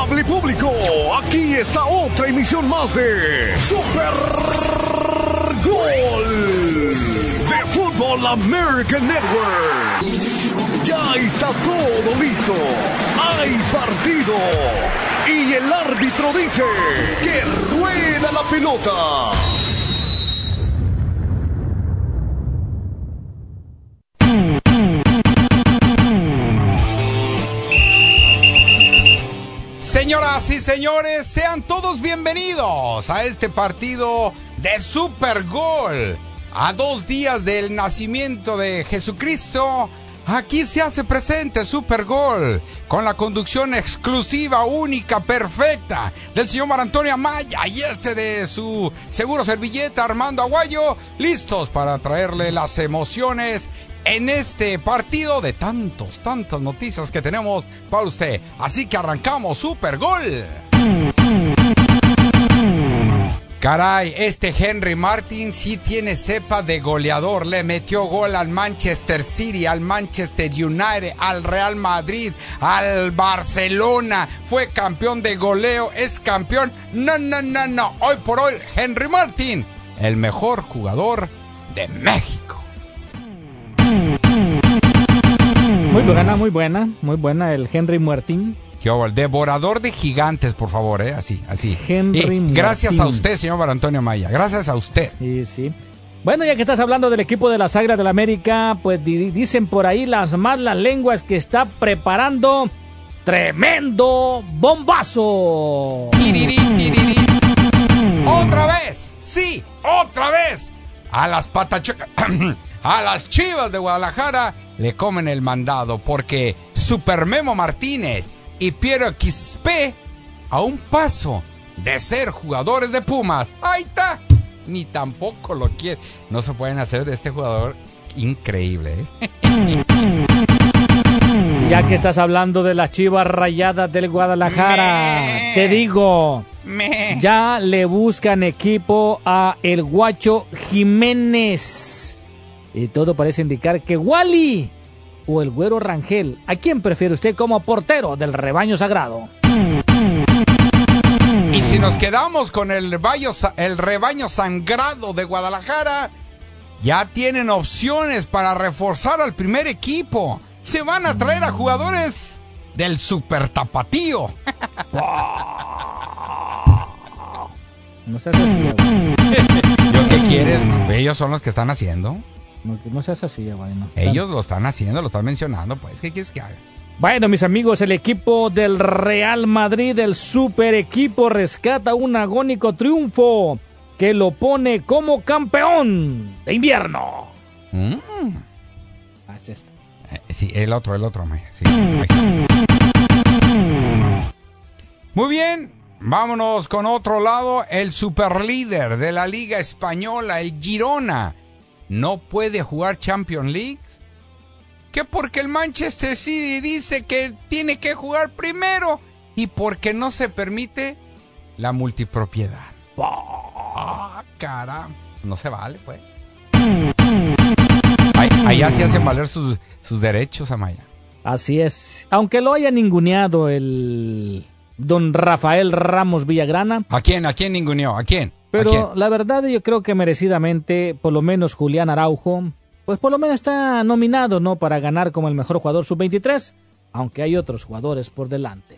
Amable público, aquí está otra emisión más de Super Gol de Fútbol American Network. Ya está todo listo. Hay partido. Y el árbitro dice que rueda la pelota. Señoras y señores, sean todos bienvenidos a este partido de Super Gol. A 2 días del nacimiento de Jesucristo, aquí se hace presente Super Gol, con la conducción exclusiva, única, perfecta del señor Mar Antonio Amaya y de su seguro servilleta Armando Aguayo, listos para traerle las emociones en este partido de tantas noticias que tenemos para usted. Así que arrancamos Super Gol. Caray, este Henry Martin sí tiene cepa de goleador. Le metió gol al Manchester City, al Manchester United, al Real Madrid, al Barcelona. Fue campeón de goleo, es campeón. No. Hoy por hoy, Henry Martin, el mejor jugador de México. Muy buena el Henry Martin. El devorador de gigantes, por favor, así. Henry gracias Martin. a usted, señor Mar Antonio Maya, gracias a usted. Sí. Bueno, ya que estás hablando del equipo de las Águilas del América, pues dicen por ahí las malas lenguas que está preparando tremendo bombazo. Otra vez, sí, otra vez. A las a las Chivas de Guadalajara le comen el mandado porque Super Memo Martínez y Piero Quispe a un paso de ser jugadores de Pumas. Ahí está. Ni tampoco lo quiere. No se pueden hacer de este jugador increíble, Ya que estás hablando de las Chivas Rayadas del Guadalajara, te digo, ya le buscan equipo a el Guacho Jiménez. Y todo parece indicar que Wally o el Güero Rangel. ¿A quién prefiere usted como portero del rebaño sagrado? Y si nos quedamos con el rebaño sangrado de Guadalajara, ya tienen opciones para reforzar al primer equipo. Se van a traer a jugadores del Super Tapatío. No seas así, güey. ¿Yo qué quieres? Ellos son los que están haciendo. No seas así, güey. No. Ellos lo están haciendo, lo están mencionando, pues. ¿Qué quieres que haga? Bueno, mis amigos, el equipo del Real Madrid, el super equipo, rescata un agónico triunfo que lo pone como campeón de invierno. Es esto. Sí, el otro, Maya. Sí, ahí está. Muy bien, vámonos con otro lado. El superlíder de la Liga Española, el Girona, no puede jugar Champions League. Que porque el Manchester City dice que tiene que jugar primero y porque no se permite la multipropiedad. Caramba, no se vale, pues. Allá sí hacen valer sus derechos, Amaya. Así es. Aunque lo haya ninguneado el don Rafael Ramos Villagrana. ¿A quién ninguneó? ¿A quién? Pero la verdad yo creo que merecidamente, por lo menos Julián Araujo, pues por lo menos está nominado, ¿no?, para ganar como el mejor jugador sub-23, aunque hay otros jugadores por delante.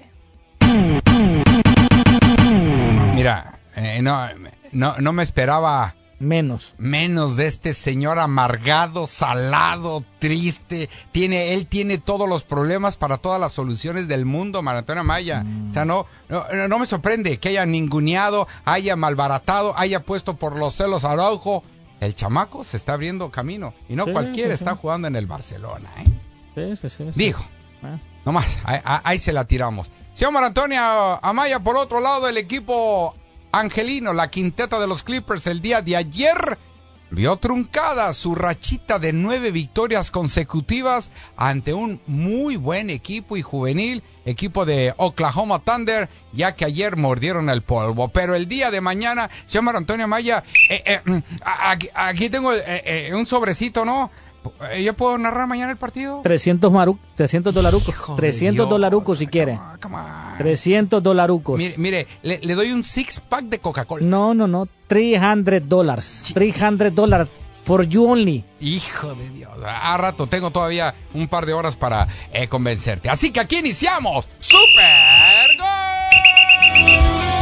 Mira, no me esperaba menos de este señor amargado, salado, triste. Él tiene todos los problemas para todas las soluciones del mundo, Mar Antonio Amaya. O sea, no me sorprende que haya ninguneado, haya malbaratado, haya puesto por los celos a Araujo. El chamaco se está abriendo camino y no cualquiera está jugando en el Barcelona, Sí. Dijo, nomás, ahí se la tiramos. Señor Mar Antonio Amaya, por otro lado, el equipo angelino, la quinteta de los Clippers, el día de ayer vio truncada su rachita de 9 victorias consecutivas ante un muy buen equipo y juvenil equipo de Oklahoma Thunder, ya que ayer mordieron el polvo. Pero el día de mañana, señor Mar Antonio Amaya, aquí tengo un sobrecito, ¿no? ¿Yo puedo narrar mañana el partido? $300 dolarucos. $300 si quiere. Come on. $300. Mire, le doy un 6-pack de Coca-Cola. No, $300. $300 for you only. Hijo de Dios. A rato tengo todavía un par de horas para convencerte. Así que aquí iniciamos Super Gol.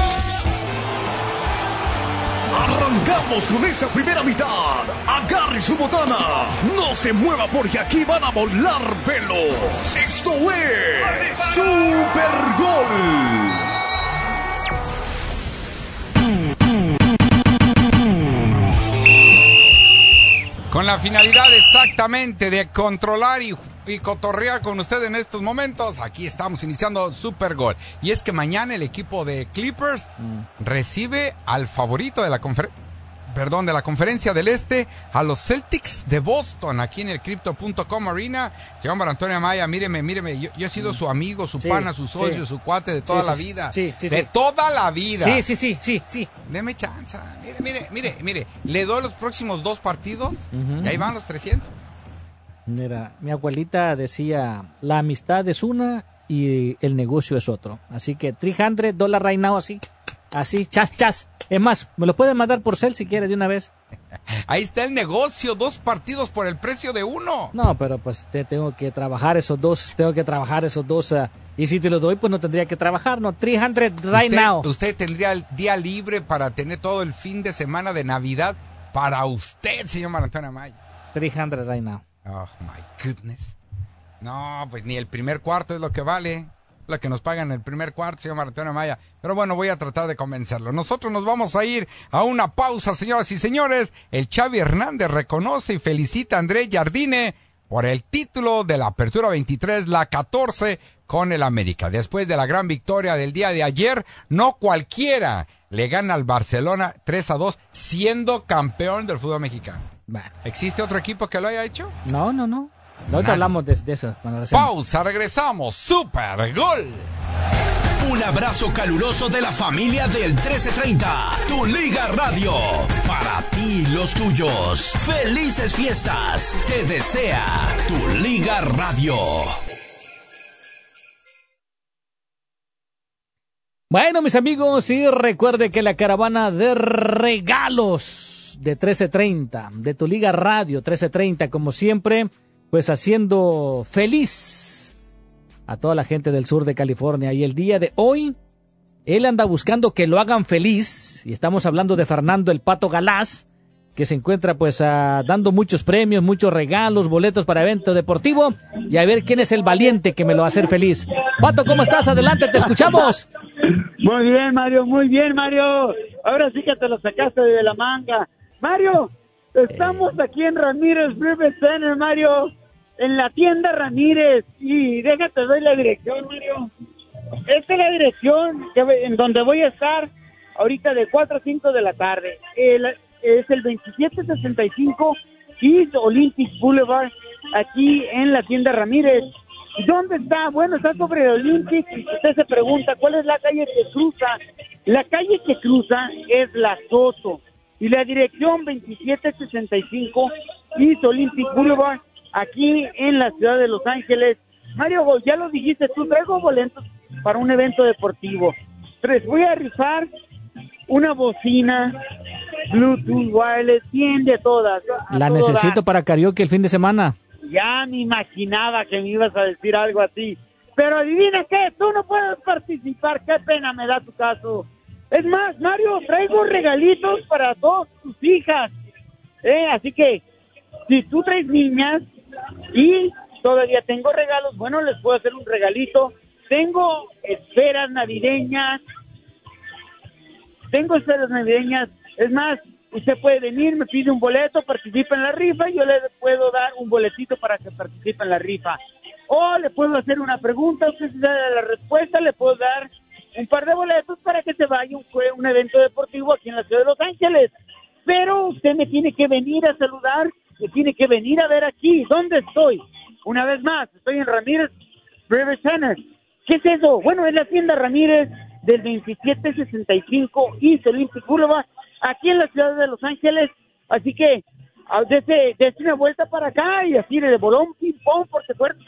Arrancamos con esta primera mitad. Agarre su botana. No se mueva porque aquí van a volar pelos. Esto es Super Gol. Con la finalidad exactamente de controlar y cotorrear con usted en estos momentos, aquí estamos iniciando Super Gol. Y es que mañana el equipo de Clippers recibe al favorito de la conferencia del Este, a los Celtics de Boston, aquí en el Crypto.com Arena. Señor Mar Antonio Amaya, míreme, yo he sido su amigo, su pana, su socio, su cuate de toda la vida. Toda la vida. Sí. Deme chance. Mire. Le doy los próximos 2 partidos y ahí van los 300. Mira, mi abuelita decía, la amistad es una y el negocio es otro. Así que $300 right now, así, chas. Es más, me lo pueden mandar por cel si quiere de una vez. Ahí está el negocio, 2 partidos por el precio de 1. No, pero pues tengo que trabajar esos dos. Y si te lo doy, pues no tendría que trabajar, ¿no? $300 right now. Usted tendría el día libre para tener todo el fin de semana de Navidad para usted, señor Mar Antonio Amaya. $300 right now. Oh, my goodness. No, pues ni el primer cuarto es lo que vale. La que nos pagan el primer cuarto, señor Mar Antonio Amaya. Pero bueno, voy a tratar de convencerlo. Nosotros nos vamos a ir a una pausa, señoras y señores. El Xavi Hernández reconoce y felicita a Andrés Jardine por el título de la Apertura 23, la 14 con el América. Después de la gran victoria del día de ayer, no cualquiera le gana al Barcelona 3-2, siendo campeón del fútbol mexicano. Bueno. ¿Existe otro equipo que lo haya hecho? No. Ahorita hablamos de eso. Pausa, regresamos. Super Gol. Un abrazo caluroso de la familia del 1330, tu Liga Radio. Para ti y los tuyos, felices fiestas. Te desea tu Liga Radio. Bueno, mis amigos, sí, recuerde que la caravana de regalos de 1330, de tu Liga Radio 1330, como siempre, pues haciendo feliz a toda la gente del sur de California. Y el día de hoy, él anda buscando que lo hagan feliz. Y estamos hablando de Fernando el Pato Galás, que se encuentra pues dando muchos premios, muchos regalos, boletos para evento deportivo. Y a ver quién es el valiente que me lo va a hacer feliz. Pato, ¿cómo estás? Adelante, te escuchamos. Muy bien, Mario. Ahora sí que te lo sacaste de la manga. Mario, estamos aquí en Ramírez River Center, Mario, en la tienda Ramírez, y déjate doy la dirección, Mario. Esta es la dirección en donde voy a estar ahorita de 4 a 5 de la tarde. Es el 2765 East Olympic Boulevard, aquí en la tienda Ramírez. ¿Dónde está? Bueno, está sobre el Olympic, y usted se pregunta, ¿cuál es la calle que cruza? La calle que cruza es la Soto, y la dirección 2765 East Olympic Boulevard, aquí en la ciudad de Los Ángeles. Mario, ya lo dijiste tú, traigo boletos para un evento deportivo. Voy a rifar una bocina Bluetooth wireless, bien de todas. La necesito para karaoke el fin de semana. Ya me imaginaba que me ibas a decir algo así. Pero adivina qué, tú no puedes participar, qué pena me da tu caso. Es más, Mario, traigo regalitos para todas tus hijas. Así que, si tú traes niñas y todavía tengo regalos, bueno, les puedo hacer un regalito. Tengo esferas navideñas. Es más, usted puede venir, me pide un boleto, participa en la rifa, y yo le puedo dar un boletito para que participe en la rifa. O le puedo hacer una pregunta, usted se da la respuesta, le puedo dar un par de boletos para que se vaya a un evento deportivo aquí en la ciudad de Los Ángeles. Pero usted me tiene que venir a saludar, me tiene que venir a ver aquí. ¿Dónde estoy? Una vez más, estoy en Ramírez River Center. ¿Qué es eso? Bueno, es la tienda Ramírez del 2765 East Olympic Boulevard, aquí en la ciudad de Los Ángeles. Así que desde una vuelta para acá y así de bolón, ping pong, porque fuerte,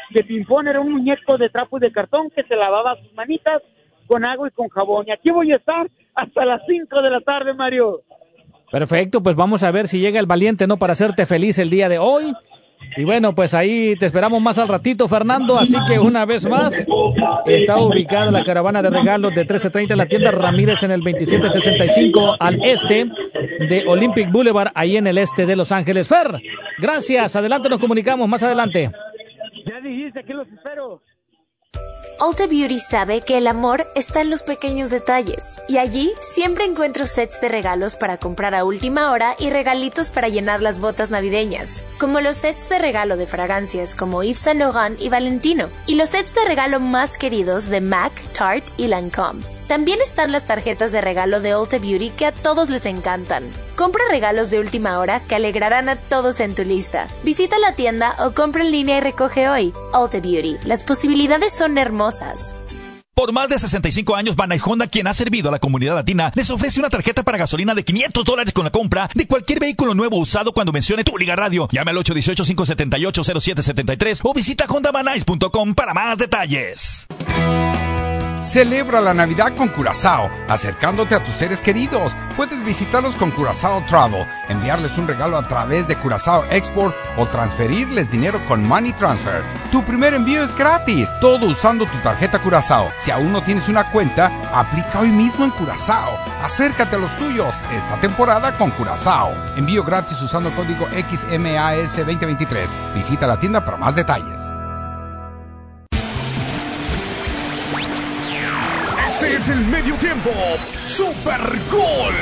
que Pimpón era un muñeco de trapo y de cartón que se lavaba sus manitas con agua y con jabón. Y aquí voy a estar hasta las 5 de la tarde, Mario. Perfecto, pues vamos a ver si llega el valiente, ¿no? Para hacerte feliz el día de hoy. Y bueno, pues ahí te esperamos más al ratito, Fernando. Así que una vez más, está ubicada la caravana de regalos de 1330 en la tienda Ramírez en el 2765 al este de Olympic Boulevard, ahí en el este de Los Ángeles. Fer, gracias. Adelante, nos comunicamos más adelante. Ya dijiste, aquí los espero. Ulta Beauty sabe que el amor está en los pequeños detalles, y allí siempre encuentro sets de regalos para comprar a última hora y regalitos para llenar las botas navideñas, como los sets de regalo de fragancias como Yves Saint Laurent y Valentino, y los sets de regalo más queridos de MAC, Tarte y Lancôme. También están las tarjetas de regalo de Ulta Beauty que a todos les encantan. Compra regalos de última hora que alegrarán a todos en tu lista. Visita la tienda o compra en línea y recoge hoy. Ulta Beauty, las posibilidades son hermosas. Por más de 65 años, Banay Honda, quien ha servido a la comunidad latina, les ofrece una tarjeta para gasolina de $500 con la compra de cualquier vehículo nuevo o usado cuando mencione Tu Liga Radio. Llame al 818-578-0773 o visita hondabanais.com para más detalles. Celebra la Navidad con Curazao, acercándote a tus seres queridos. Puedes visitarlos con Curazao Travel, enviarles un regalo a través de Curazao Export o transferirles dinero con Money Transfer. Tu primer envío es gratis, todo usando tu tarjeta Curazao. Si aún no tienes una cuenta, aplica hoy mismo en Curazao. Acércate a los tuyos esta temporada con Curazao. Envío gratis usando código XMAS 2023. Visita la tienda para más detalles. Ese es el medio tiempo. Super Gol.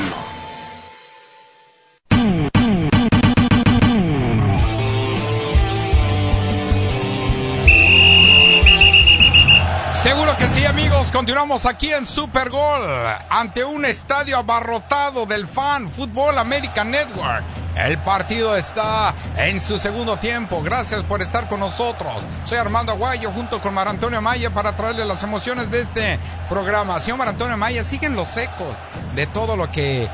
Seguro que sí, amigos. Continuamos aquí en Super Gol, ante un estadio abarrotado del Fan Football American Network. El partido está en su segundo tiempo. Gracias por estar con nosotros. Soy Armando Aguayo junto con Mar Antonio Amaya para traerles las emociones de este programa. Señor Mar Antonio Amaya, siguen los ecos de todo lo que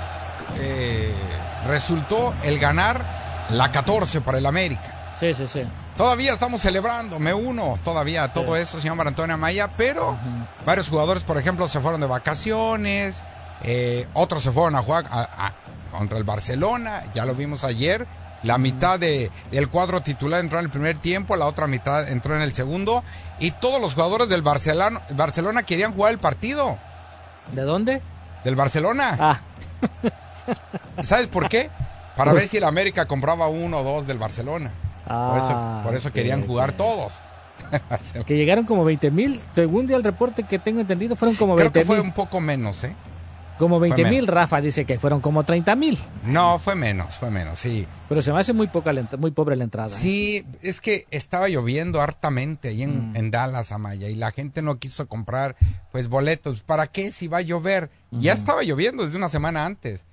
resultó el ganar la 14 para el América. Sí. Todavía estamos celebrando, me uno todavía a todo eso, señor Mar Antonio Amaya, pero varios jugadores, por ejemplo, se fueron de vacaciones, otros se fueron a jugar contra el Barcelona, ya lo vimos ayer. La mitad del cuadro titular entró en el primer tiempo, la otra mitad entró en el segundo, y todos los jugadores del Barcelona querían jugar el partido. ¿De dónde? Del Barcelona. Ah. ¿Sabes por qué? Para ver si el América compraba uno o dos del Barcelona. Por eso querían jugar todos. Que llegaron como 20,000, según el reporte que tengo entendido, fueron como 20,000. Creo que fue un poco menos, ¿eh? Como 20,000, Rafa dice que fueron como 30,000. No, fue menos, sí. Pero se me hace muy pobre la entrada. Sí, es que estaba lloviendo hartamente ahí en Dallas, Amaya, y la gente no quiso comprar pues boletos. ¿Para qué si va a llover? Ya estaba lloviendo desde una semana antes.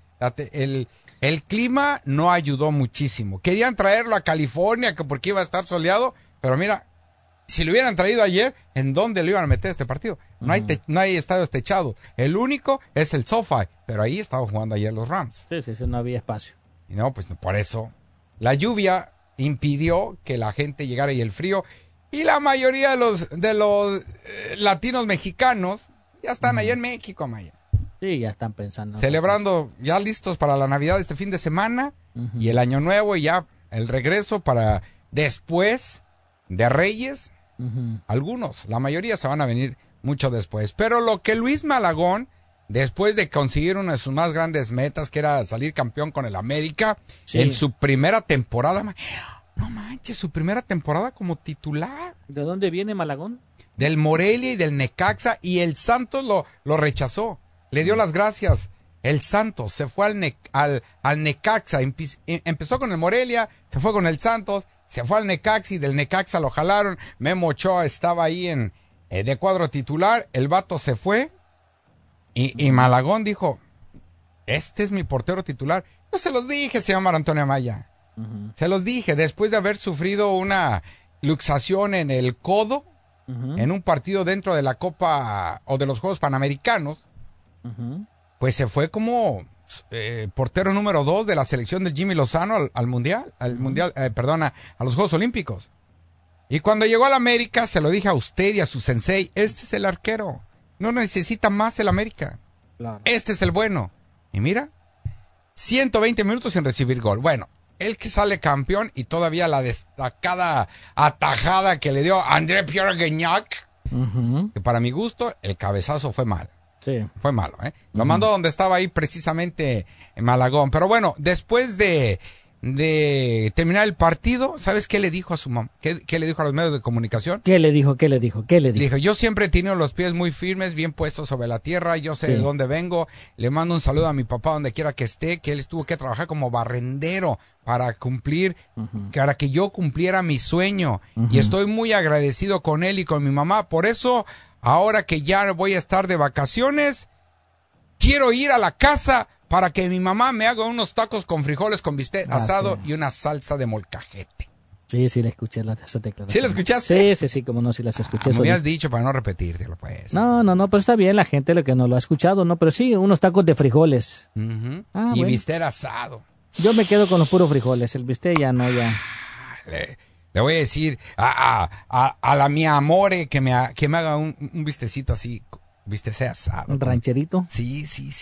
El clima no ayudó muchísimo. Querían traerlo a California porque iba a estar soleado, pero mira, si lo hubieran traído ayer, ¿en dónde lo iban a meter este partido? No hay estadios techados. El único es el SoFi, pero ahí estaban jugando ayer los Rams. Sí, no había espacio. Y no, pues por eso. La lluvia impidió que la gente llegara y el frío. Y la mayoría de los latinos mexicanos ya están allá en México, Amaya. Sí, ya están pensando. Celebrando, ya listos para la Navidad este fin de semana y el Año Nuevo y ya el regreso para después de Reyes. Algunos, la mayoría se van a venir mucho después. Pero lo que Luis Malagón, después de conseguir una de sus más grandes metas, que era salir campeón con el América, en su primera temporada, no manches, su primera temporada como titular. ¿De dónde viene Malagón? Del Morelia y del Necaxa, y el Santos lo rechazó. Le dio las gracias. El Santos se fue al Necaxa. Empezó con el Morelia, se fue con el Santos, se fue al Necaxa y del Necaxa lo jalaron. Memo Ochoa estaba ahí de cuadro titular. El vato se fue y Malagón dijo, este es mi portero titular. Yo se los dije, señor Mar Antonio Amaya. Se los dije, después de haber sufrido una luxación en el codo, en un partido dentro de la Copa o de los Juegos Panamericanos, pues se fue como portero número 2 de la selección del Jimmy Lozano al Mundial, a los Juegos Olímpicos. Y cuando llegó al América, se lo dije a usted y a su sensei, este es el arquero. No necesita más el América. Claro. Este es el bueno. Y mira, 120 minutos sin recibir gol. Bueno, él que sale campeón y todavía la destacada atajada que le dio André Pierre Guignac, que para mi gusto, el cabezazo fue mal. Sí. Fue malo, ¿eh? Lo mandó donde estaba ahí precisamente en Malagón. Pero bueno, después de terminar el partido, ¿sabes qué le dijo a su mamá? ¿Qué le dijo a los medios de comunicación? ¿Qué le dijo? Le dijo, yo siempre he tenido los pies muy firmes, bien puestos sobre la tierra, yo sé de dónde vengo, le mando un saludo a mi papá donde quiera que esté, que él tuvo que trabajar como barrendero para cumplir, para que yo cumpliera mi sueño, y estoy muy agradecido con él y con mi mamá, por eso, ahora que ya voy a estar de vacaciones, quiero ir a la casa para que mi mamá me haga unos tacos con frijoles con bistec asado y una salsa de molcajete. Sí, la escuché esa declaración. ¿Sí la escuchaste? Sí, como no, sí las escuché. Me habías dicho para no repetírtelo, pues. No, pero está bien la gente lo que no lo ha escuchado, ¿no? Pero sí, unos tacos de frijoles. Y bueno. bistec asado. Yo me quedo con los puros frijoles, el bistec ya no, ya. Le voy a decir a la mi amore que me haga un bistecito así. ¿Viste ese asado? ¿Un rancherito? Sí.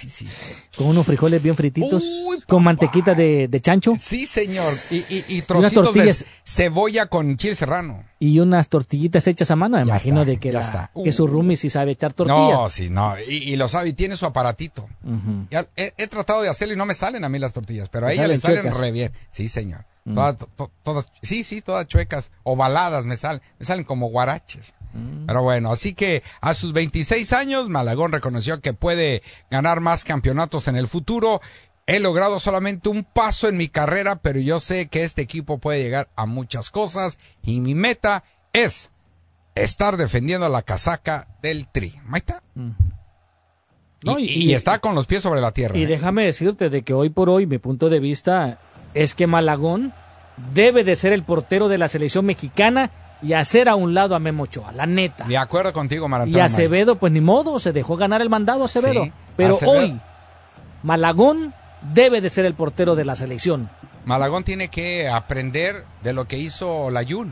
Con unos frijoles bien frititos. Uy, con mantequita de chancho. Sí, señor. Y trocitos de cebolla con chile serrano. Y unas tortillitas hechas a mano. Me imagino de que, que su roomie sí sabe echar tortillas. No. Y lo sabe, y tiene su aparatito. Ya, he tratado de hacerlo y no me salen a mí las tortillas, pero a ella le salen re bien. Sí, señor. Todas chuecas, ovaladas me salen como guaraches. Pero bueno, así que a sus 26 años, Malagón reconoció que puede ganar más campeonatos en el futuro. He logrado solamente un paso en mi carrera, pero yo sé que este equipo puede llegar a muchas cosas y mi meta es estar defendiendo la casaca del Tri. ¿Ahí está? Y está con los pies sobre la tierra. Y déjame decirte de que hoy por hoy, mi punto de vista es que Malagón debe de ser el portero de la selección mexicana y hacer a un lado a Memo Ochoa, la neta. De acuerdo contigo, Maratón. Y Acevedo, pues ni modo, se dejó ganar el mandado Acevedo. Sí, pero hoy, Malagón debe de ser el portero de la selección. Malagón tiene que aprender de lo que hizo Layún.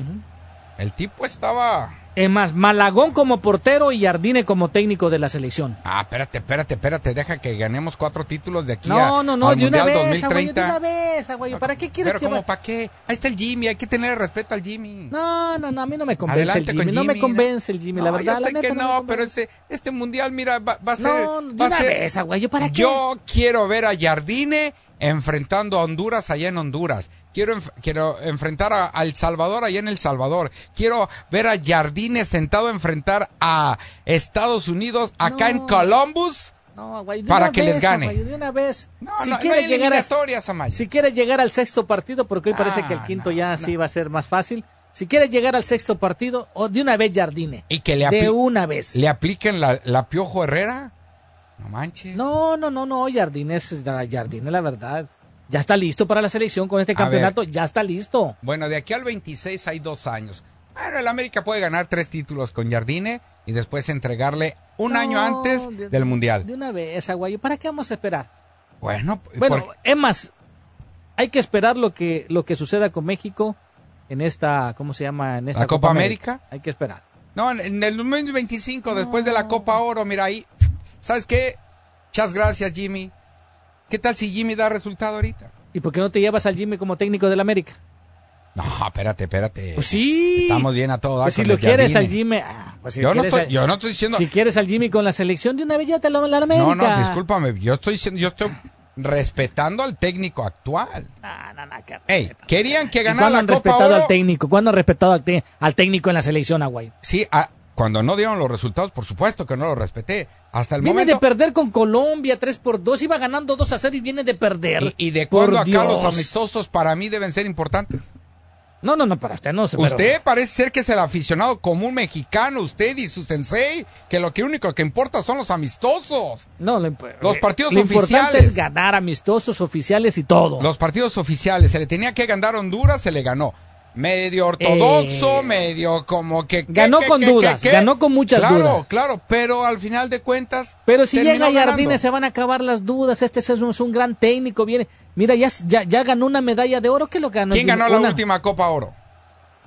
El tipo estaba... Es más, Malagón como portero y Jardine como técnico de la selección. Espérate, deja que ganemos 4 títulos de aquí al de una Mundial vez, 2030. Aguayo, ¿para qué quieres Pero llevar? ¿cómo para qué? Ahí está el Jimmy, hay que tener respeto al Jimmy. No, a mí no me convence Adelante el Jimmy, no me convence el Jimmy, la verdad. Yo sé que no, pero este Mundial, mira, va a ser... No, de una vez, Aguayo, ¿para qué? Yo quiero ver a Jardine enfrentando a Honduras allá en Honduras. Quiero enfrentar a El Salvador allá en El Salvador. Quiero ver a Jardine sentado a enfrentar a Estados Unidos acá en Columbus. Para que les gane. Aguayo, de una vez. Si quieres llegar al sexto partido, porque hoy parece que el quinto sí va a ser más fácil. Si quieres llegar al sexto partido, de una vez Jardine. Y que de una vez. ¿Le apliquen la Piojo Herrera? No manches. No, Jardine, la verdad. Ya está listo para la selección con este campeonato, ya está listo. Bueno, de aquí al 26 hay 2 años. Bueno, el América puede ganar 3 títulos con Jardine y después entregarle un año antes del Mundial. De una vez, Aguayo, ¿para qué vamos a esperar? Bueno, es más, hay que esperar lo que suceda con México en esta, ¿cómo se llama? En esta ¿La Copa América? Hay que esperar. No, en el 2025, después de la Copa Oro, mira ahí. ¿Sabes qué? Muchas gracias, Jimmy. ¿Qué tal si Jimmy da resultado ahorita? ¿Y por qué no te llevas al Jimmy como técnico del América? No, espérate. Pues sí. Estamos bien a todo dar. Pues si lo quieres al Jimmy... yo no estoy diciendo... Si quieres al Jimmy con la selección, de una vez ya te lo la América. No, discúlpame. Yo estoy respetando al técnico actual. No. Querían que ganara la Copa Oro. ¿Cuándo han respetado al técnico en la selección, Aguay? Sí, cuando no dieron los resultados, por supuesto que no lo respeté. Hasta el momento. Viene de perder con Colombia 3-2, iba ganando 2-0 y viene de perder. ¿Y de cuándo acá los amistosos para mí deben ser importantes? No, para usted no. Usted parece ser que es el aficionado común mexicano, usted y su sensei, que lo único que importa son los amistosos. No, los partidos lo oficiales. Lo importante es ganar amistosos, oficiales y todo. Los partidos oficiales, se le tenía que ganar a Honduras, se le ganó. Medio ortodoxo, medio como que... Ganó con dudas, ganó con muchas dudas. Claro, pero al final de cuentas... Pero si llega Jardine se van a acabar las dudas, este es un gran técnico, viene... Mira, ya ganó una medalla de oro, ¿qué lo ganó? ¿Quién ganó la última Copa Oro?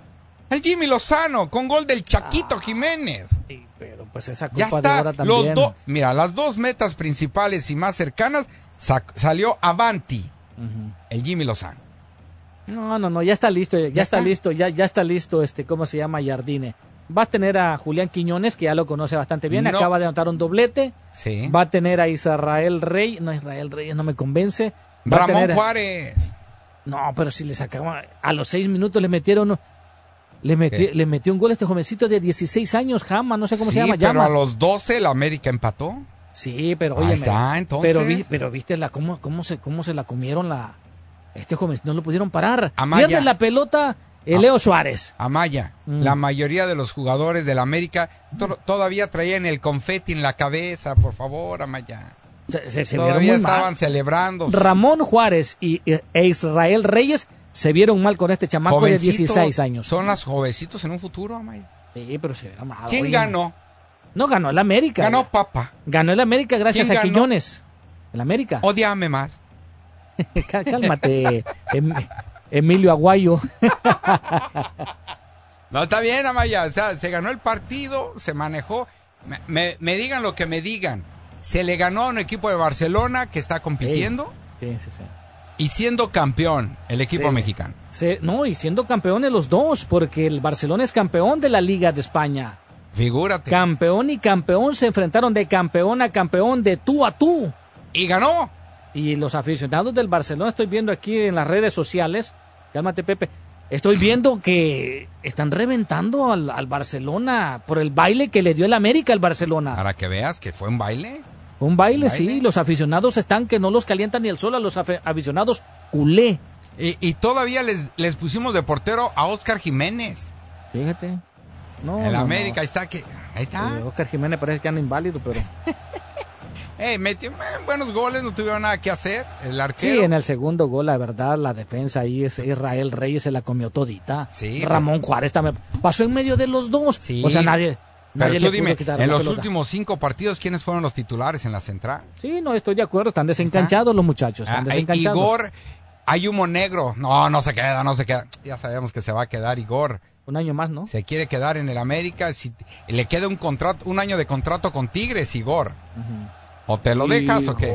El Jimmy Lozano, con gol del Chaquito Jiménez. Sí, pero pues esa Ya Copa de está. Oro también. Mira, las dos metas principales y más cercanas salió avanti. El Jimmy Lozano. No, ya está listo, ya está listo, ya está listo, ¿cómo se llama? Jardine. Va a tener a Julián Quiñones, que ya lo conoce bastante bien, acaba de anotar un doblete. Sí. Va a tener a Israel Reyes, no me convence. Ramón Juárez. No, pero si le sacaban, a los 6 minutos le metieron, le metió un gol a este jovencito de 16 años, Jama, no sé cómo se llama. Pero a los 12 el América empató. Sí, pero oye, está, entonces. Pero viste cómo se la comieron este joven, no lo pudieron parar. Amaya. Pierde la pelota Leo Suárez. Amaya, la mayoría de los jugadores del América todavía traían el confeti en la cabeza, por favor, Amaya. Todavía estaban celebrando. Ramón Juárez e Israel Reyes se vieron mal con este chamaco de 16 años. Son los jovencitos en un futuro, Amaya. Sí, pero se vieron mal. ¿Quién ganó? No, ganó el América. Ganó Papa. Ganó el América gracias a Quiñones. El América. Ódiame más. Cálmate, Emilio Aguayo. No, está bien, Amaya. O sea, se ganó el partido, se manejó. Me digan lo que me digan. Se le ganó a un equipo de Barcelona que está compitiendo. Sí. Y siendo campeón, el equipo mexicano. Y siendo campeones los dos, porque el Barcelona es campeón de la Liga de España. Figúrate. Campeón y campeón se enfrentaron de campeón a campeón, de tú a tú. Y ganó. Y los aficionados del Barcelona, estoy viendo aquí en las redes sociales, cálmate Pepe, estoy viendo que están reventando al Barcelona por el baile que le dio el América al Barcelona. Para que veas que fue un baile. Un baile, sí, los aficionados están que no los calientan ni el sol a los aficionados culé. Y todavía les pusimos de portero a Óscar Jiménez. Fíjate. El América, ahí está. Óscar Jiménez parece que anda inválido, pero... metió buenos goles, no tuvieron nada que hacer el arquero. Sí, en el segundo gol, la verdad, la defensa ahí, Israel Reyes se la comió todita. Sí. Ramón Juárez también pasó en medio de los dos. Sí. O sea, nadie Pero tú dime, quitar en la los pelota. últimos 5 partidos, ¿quiénes fueron los titulares en la central? Sí, no, estoy de acuerdo, están desencanchados los muchachos, están desencanchados. Igor, hay humo negro. No se queda. Ya sabemos que se va a quedar Igor. Un año más, ¿no? Se quiere quedar en el América. Si le queda un año de contrato con Tigres, Igor. ¿O te lo dejas o qué?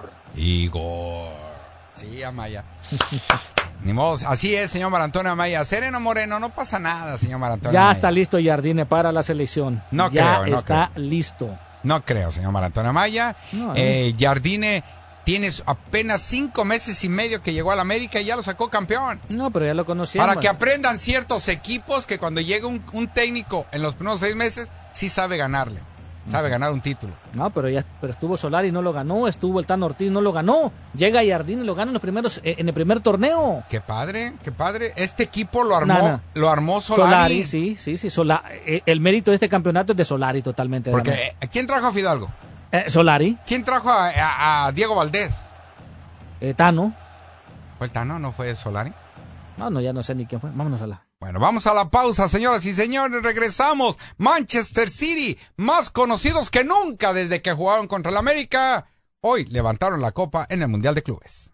Igor. Sí, Amaya. Ni modo, así es, señor Marantonio Amaya. Sereno Moreno, no pasa nada, señor Marantonio Ya Amaya. está listo Jardine para la selección. No ya creo, no está listo. No creo, señor Marantonio Amaya. No, Jardine tiene apenas 5 meses y medio que llegó al América y ya lo sacó campeón. No, pero ya lo conocíamos. Para que aprendan ciertos equipos que cuando llega un técnico en los primeros 6 meses, sí sabe ganarle. Sabe ganar un título. No, pero estuvo Solari y no lo ganó, estuvo el Tano Ortiz, no lo ganó. Llega Jardine y lo gana en el primer torneo. Qué padre. Este equipo lo armó Solari. Sí. El mérito de este campeonato es de Solari totalmente. Porque ¿quién trajo a Fidalgo? Solari. ¿Quién trajo a Diego Valdés? Tano. ¿Fue el Tano? ¿No fue Solari? No, ya no sé ni quién fue. Vámonos a la... Bueno, vamos a la pausa, señoras y señores. Regresamos. Manchester City, más conocidos que nunca desde que jugaron contra el América. Hoy levantaron la copa en el Mundial de Clubes.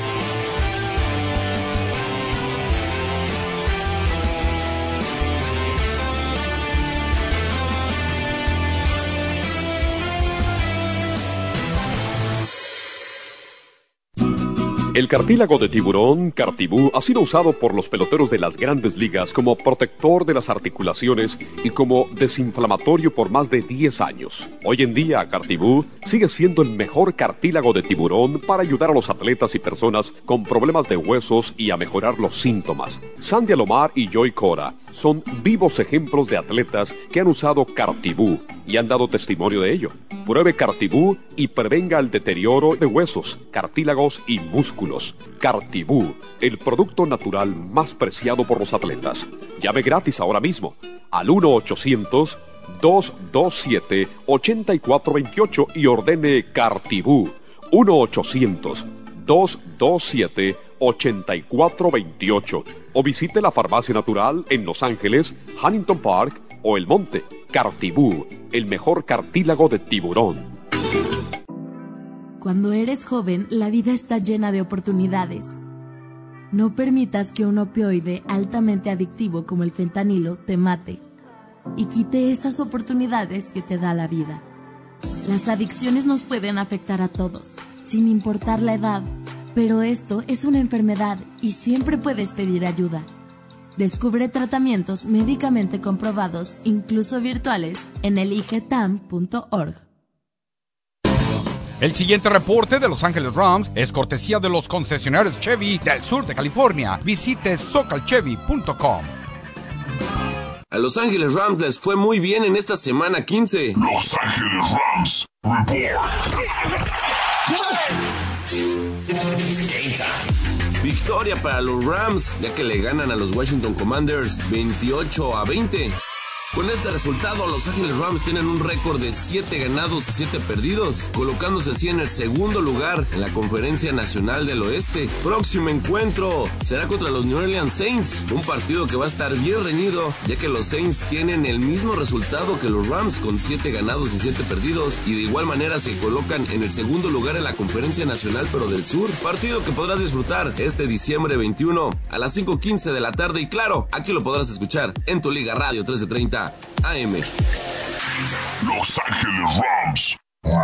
El cartílago de tiburón, Cartibú, ha sido usado por los peloteros de las grandes ligas como protector de las articulaciones y como desinflamatorio por más de 10 años. Hoy en día, Cartibú sigue siendo el mejor cartílago de tiburón para ayudar a los atletas y personas con problemas de huesos y a mejorar los síntomas. Sandy Alomar y Joy Cora son vivos ejemplos de atletas que han usado Cartibú y han dado testimonio de ello. Pruebe Cartibú y prevenga el deterioro de huesos, cartílagos y músculos. Cartibú, el producto natural más preciado por los atletas. Llame gratis ahora mismo al 1-800-227-8428 y ordene Cartibú. 1-800-227-8428 o visite la Farmacia Natural en Los Ángeles, Huntington Park o El Monte. Cartibú, el mejor cartílago de tiburón. Cuando eres joven, la vida está llena de oportunidades. No permitas que un opioide altamente adictivo como el fentanilo te mate y quite esas oportunidades que te da la vida. Las adicciones nos pueden afectar a todos, sin importar la edad, pero esto es una enfermedad y siempre puedes pedir ayuda. Descubre tratamientos médicamente comprobados, incluso virtuales, en eligetam.org. El siguiente reporte de Los Ángeles Rams es cortesía de los concesionarios Chevy del sur de California. Visite socalchevy.com. A Los Ángeles Rams les fue muy bien en esta semana 15. Los Ángeles Rams Victoria para los Rams, ya que le ganan a los Washington Commanders 28-20. Con este resultado, Los Ángeles Rams tienen un récord de 7 ganados y 7 perdidos, colocándose así en el segundo lugar en la Conferencia Nacional del Oeste. Próximo encuentro será contra los New Orleans Saints, un partido que va a estar bien reñido, ya que los Saints tienen el mismo resultado que los Rams con 7 ganados y 7 perdidos, y de igual manera se colocan en el segundo lugar en la Conferencia Nacional pero del Sur. Partido que podrás disfrutar este diciembre 21 a las 5:15 de la tarde, y claro, aquí lo podrás escuchar en tu Liga Radio 1330 AM. Los Ángeles Rams.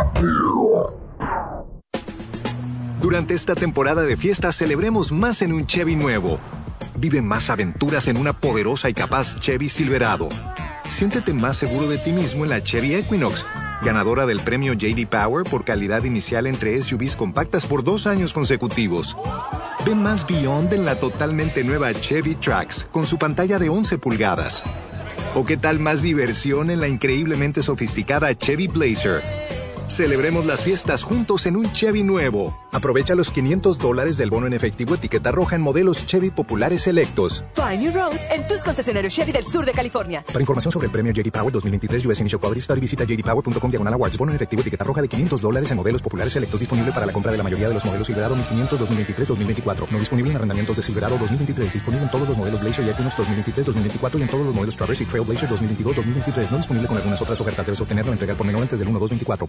Durante esta temporada de fiesta celebremos más en un Chevy nuevo. Vive más aventuras en una poderosa y capaz Chevy Silverado. Siéntete más seguro de ti mismo en la Chevy Equinox, ganadora del premio J.D. Power por calidad inicial entre SUVs compactas por 2 años consecutivos. Ve más Beyond en la totalmente nueva Chevy Trax con su pantalla de 11 pulgadas. ¿O qué tal más diversión en la increíblemente sofisticada Chevy Blazer? Celebremos las fiestas juntos en un Chevy nuevo. Aprovecha los $500 del bono en efectivo etiqueta roja en modelos Chevy populares selectos. Find new roads en tus concesionarios Chevy del sur de California. Para información sobre el premio J.D. Power 2023 US Initial Quality Study, visita jdpower.com/awards. Bono en efectivo etiqueta roja de $500 en modelos populares selectos, disponible para la compra de la mayoría de los modelos Silverado 1500 2023-2024. No disponible en arrendamientos de Silverado 2023. Disponible en todos los modelos Blazer y Equinox 2023-2024 y en todos los modelos Traverse y Trailblazer 2022-2023. No disponible con algunas otras ofertas. Debes obtenerlo o entregar por menor antes del 1/2/24.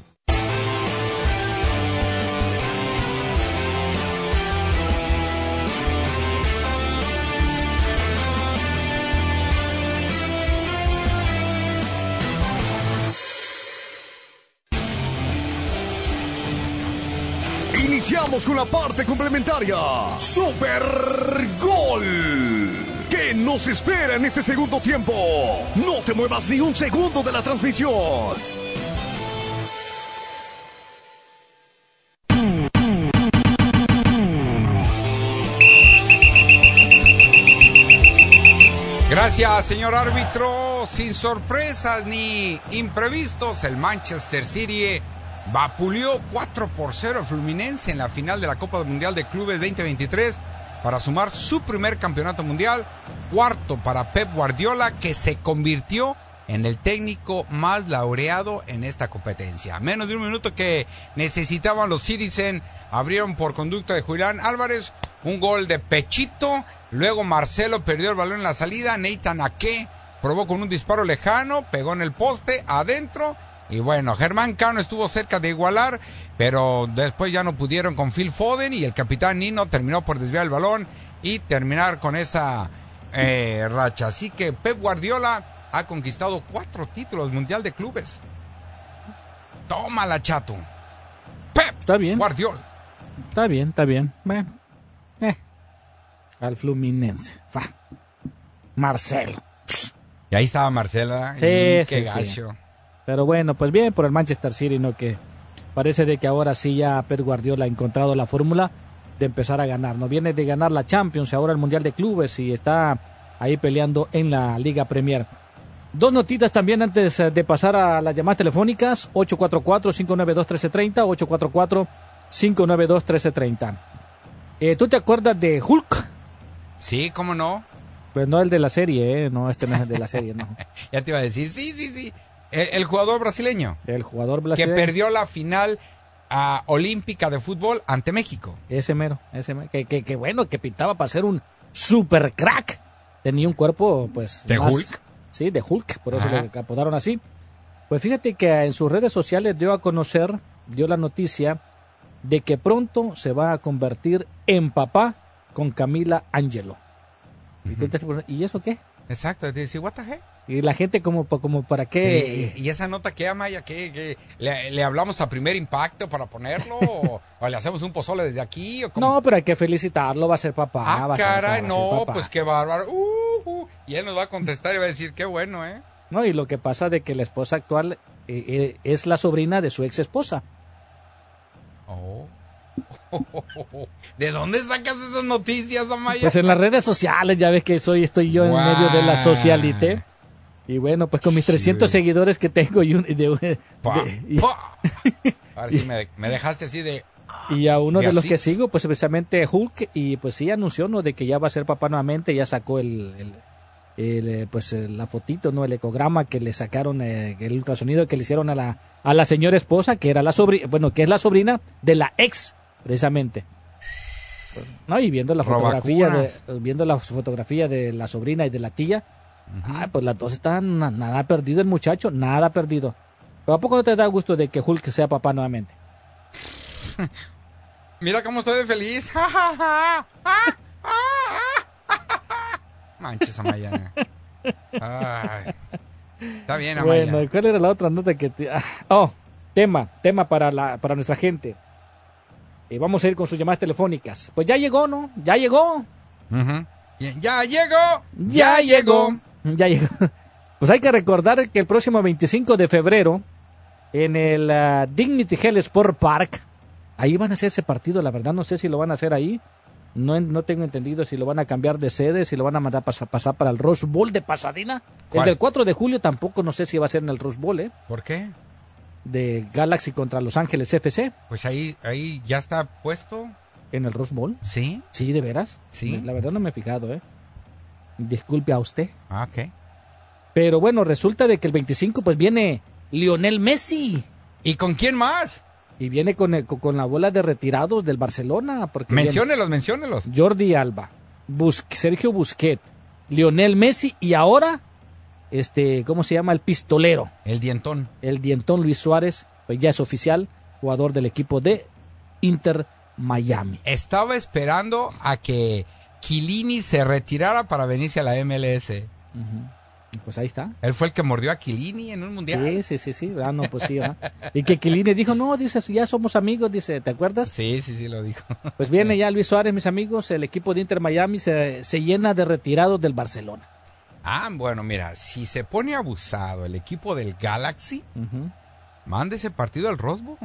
Iniciamos con la parte complementaria. Super Gol. ¿Qué nos espera en este segundo tiempo? No te muevas ni un segundo de la transmisión. Gracias, señor árbitro. Sin sorpresas ni imprevistos, el Manchester City vapuleó 4-0 al Fluminense en la final de la Copa Mundial de Clubes 2023 para sumar su primer campeonato mundial, cuarto para Pep Guardiola, que se convirtió en el técnico más laureado en esta competencia. Menos de un minuto que necesitaban los Citizen, abrieron por conducto de Julián Álvarez, un gol de pechito, luego Marcelo perdió el balón en la salida, Nathan Ake probó con un disparo lejano, pegó en el poste, adentro. Y bueno, Germán Cano estuvo cerca de igualar, pero después ya no pudieron con Phil Foden y el capitán Nino terminó por desviar el balón y terminar con esa racha. Así que Pep Guardiola ha conquistado 4 títulos mundial de clubes. Tómala, chato. Pep Está bien. Guardiola. Está bien. Bueno, al Fluminense. Marcelo. Y ahí estaba Marcelo. Sí, qué sí. gacho. Pero bueno, pues bien por el Manchester City, ¿no? Que parece de que ahora sí ya Pep Guardiola ha encontrado la fórmula de empezar a ganar. No viene de ganar la Champions, ahora el Mundial de Clubes y está ahí peleando en la Liga Premier. 2 notitas también antes de pasar a las llamadas telefónicas. 844-592-1330, 844-592-1330. ¿Tú te acuerdas de Hulk? Sí, ¿cómo no? Pues no el de la serie, no, este no es el de la serie, no. Ya te iba a decir, sí. El jugador brasileño. El jugador brasileño. Que perdió la final olímpica de fútbol ante México. Ese mero. Que bueno, que pintaba para ser un super crack. Tenía un cuerpo, pues... ¿De más, Hulk? Sí, de Hulk, por eso le apodaron así. Pues fíjate que en sus redes sociales dio la noticia de que pronto se va a convertir en papá con Camila Angelo. ¿Y eso qué? Exacto, te dice, what the heck? Y la gente como para qué. ¿Y esa nota qué, Amaya? ¿Qué? ¿Le hablamos a Primer Impacto para ponerlo? ¿O le hacemos un pozole desde aquí? ¿O no, pero hay que felicitarlo, va a ser papá. Caray, no, pues qué bárbaro. Y él nos va a contestar y va a decir, qué bueno, ¿eh? No, y lo que pasa de que la esposa actual es la sobrina de su ex esposa. Oh. ¿De dónde sacas esas noticias, Amaya? Pues en las redes sociales, ya ves que estoy yo en medio de la socialité. Y bueno, pues con mis 300 seguidores que tengo Ahora sí me dejaste así de... Y a uno de los que sigo, pues precisamente Hulk, y pues sí anunció, ¿no?, de que ya va a ser papá nuevamente, ya sacó la fotito, ¿no?, el ecograma que le sacaron, el ultrasonido que le hicieron a la señora esposa, que era que es la sobrina de la ex, precisamente. No, y viendo la fotografía de la sobrina y de la tía, pues las dos están nada perdido el muchacho, nada perdido. ¿Pero a poco no te da gusto de que Hulk sea papá nuevamente? Mira cómo estoy de feliz. Manches, Amaya. Ay. Está bien, Amaya. Bueno, ¿cuál era la otra nota que tema para nuestra gente? Vamos a ir con sus llamadas telefónicas. Pues ya llegó, ¿no? Ya llegó. Ya llegó. Pues hay que recordar que el próximo 25 de febrero en el Dignity Health Sport Park, ahí van a hacer ese partido. La verdad no sé si lo van a hacer ahí. No tengo entendido si lo van a cambiar de sede, si lo van a mandar pasar para el Rose Bowl de Pasadena. ¿Cuál? El del 4 de julio tampoco no sé si va a ser en el Rose Bowl, ¿eh? ¿Por qué? De Galaxy contra Los Ángeles FC. Pues ahí ya está puesto. ¿En el Rose Bowl? ¿Sí? ¿Sí, de veras? Sí. La verdad no me he fijado, ¿eh? Disculpe a usted. Ok. Pero bueno, resulta de que el 25 pues viene Lionel Messi. ¿Y con quién más? Y viene con la bola de retirados del Barcelona. Porque menciónelos. Jordi Alba, Sergio Busquets, Lionel Messi y ahora, ¿cómo se llama? El pistolero. El dientón Luis Suárez, pues ya es oficial, jugador del equipo de Inter Miami. Estaba esperando a que Chiellini se retirara para venirse a la MLS. Pues ahí está. Él fue el que mordió a Chiellini en un mundial. Sí. Ah, no, pues sí, ¿verdad? Y que Chiellini dijo, no, dice, ya somos amigos, dice, ¿te acuerdas? Sí, lo dijo. Pues viene ya Luis Suárez, mis amigos, el equipo de Inter Miami se llena de retirados del Barcelona. Ah, bueno, mira, si se pone abusado el equipo del Galaxy, mande ese partido al Rose Bowl.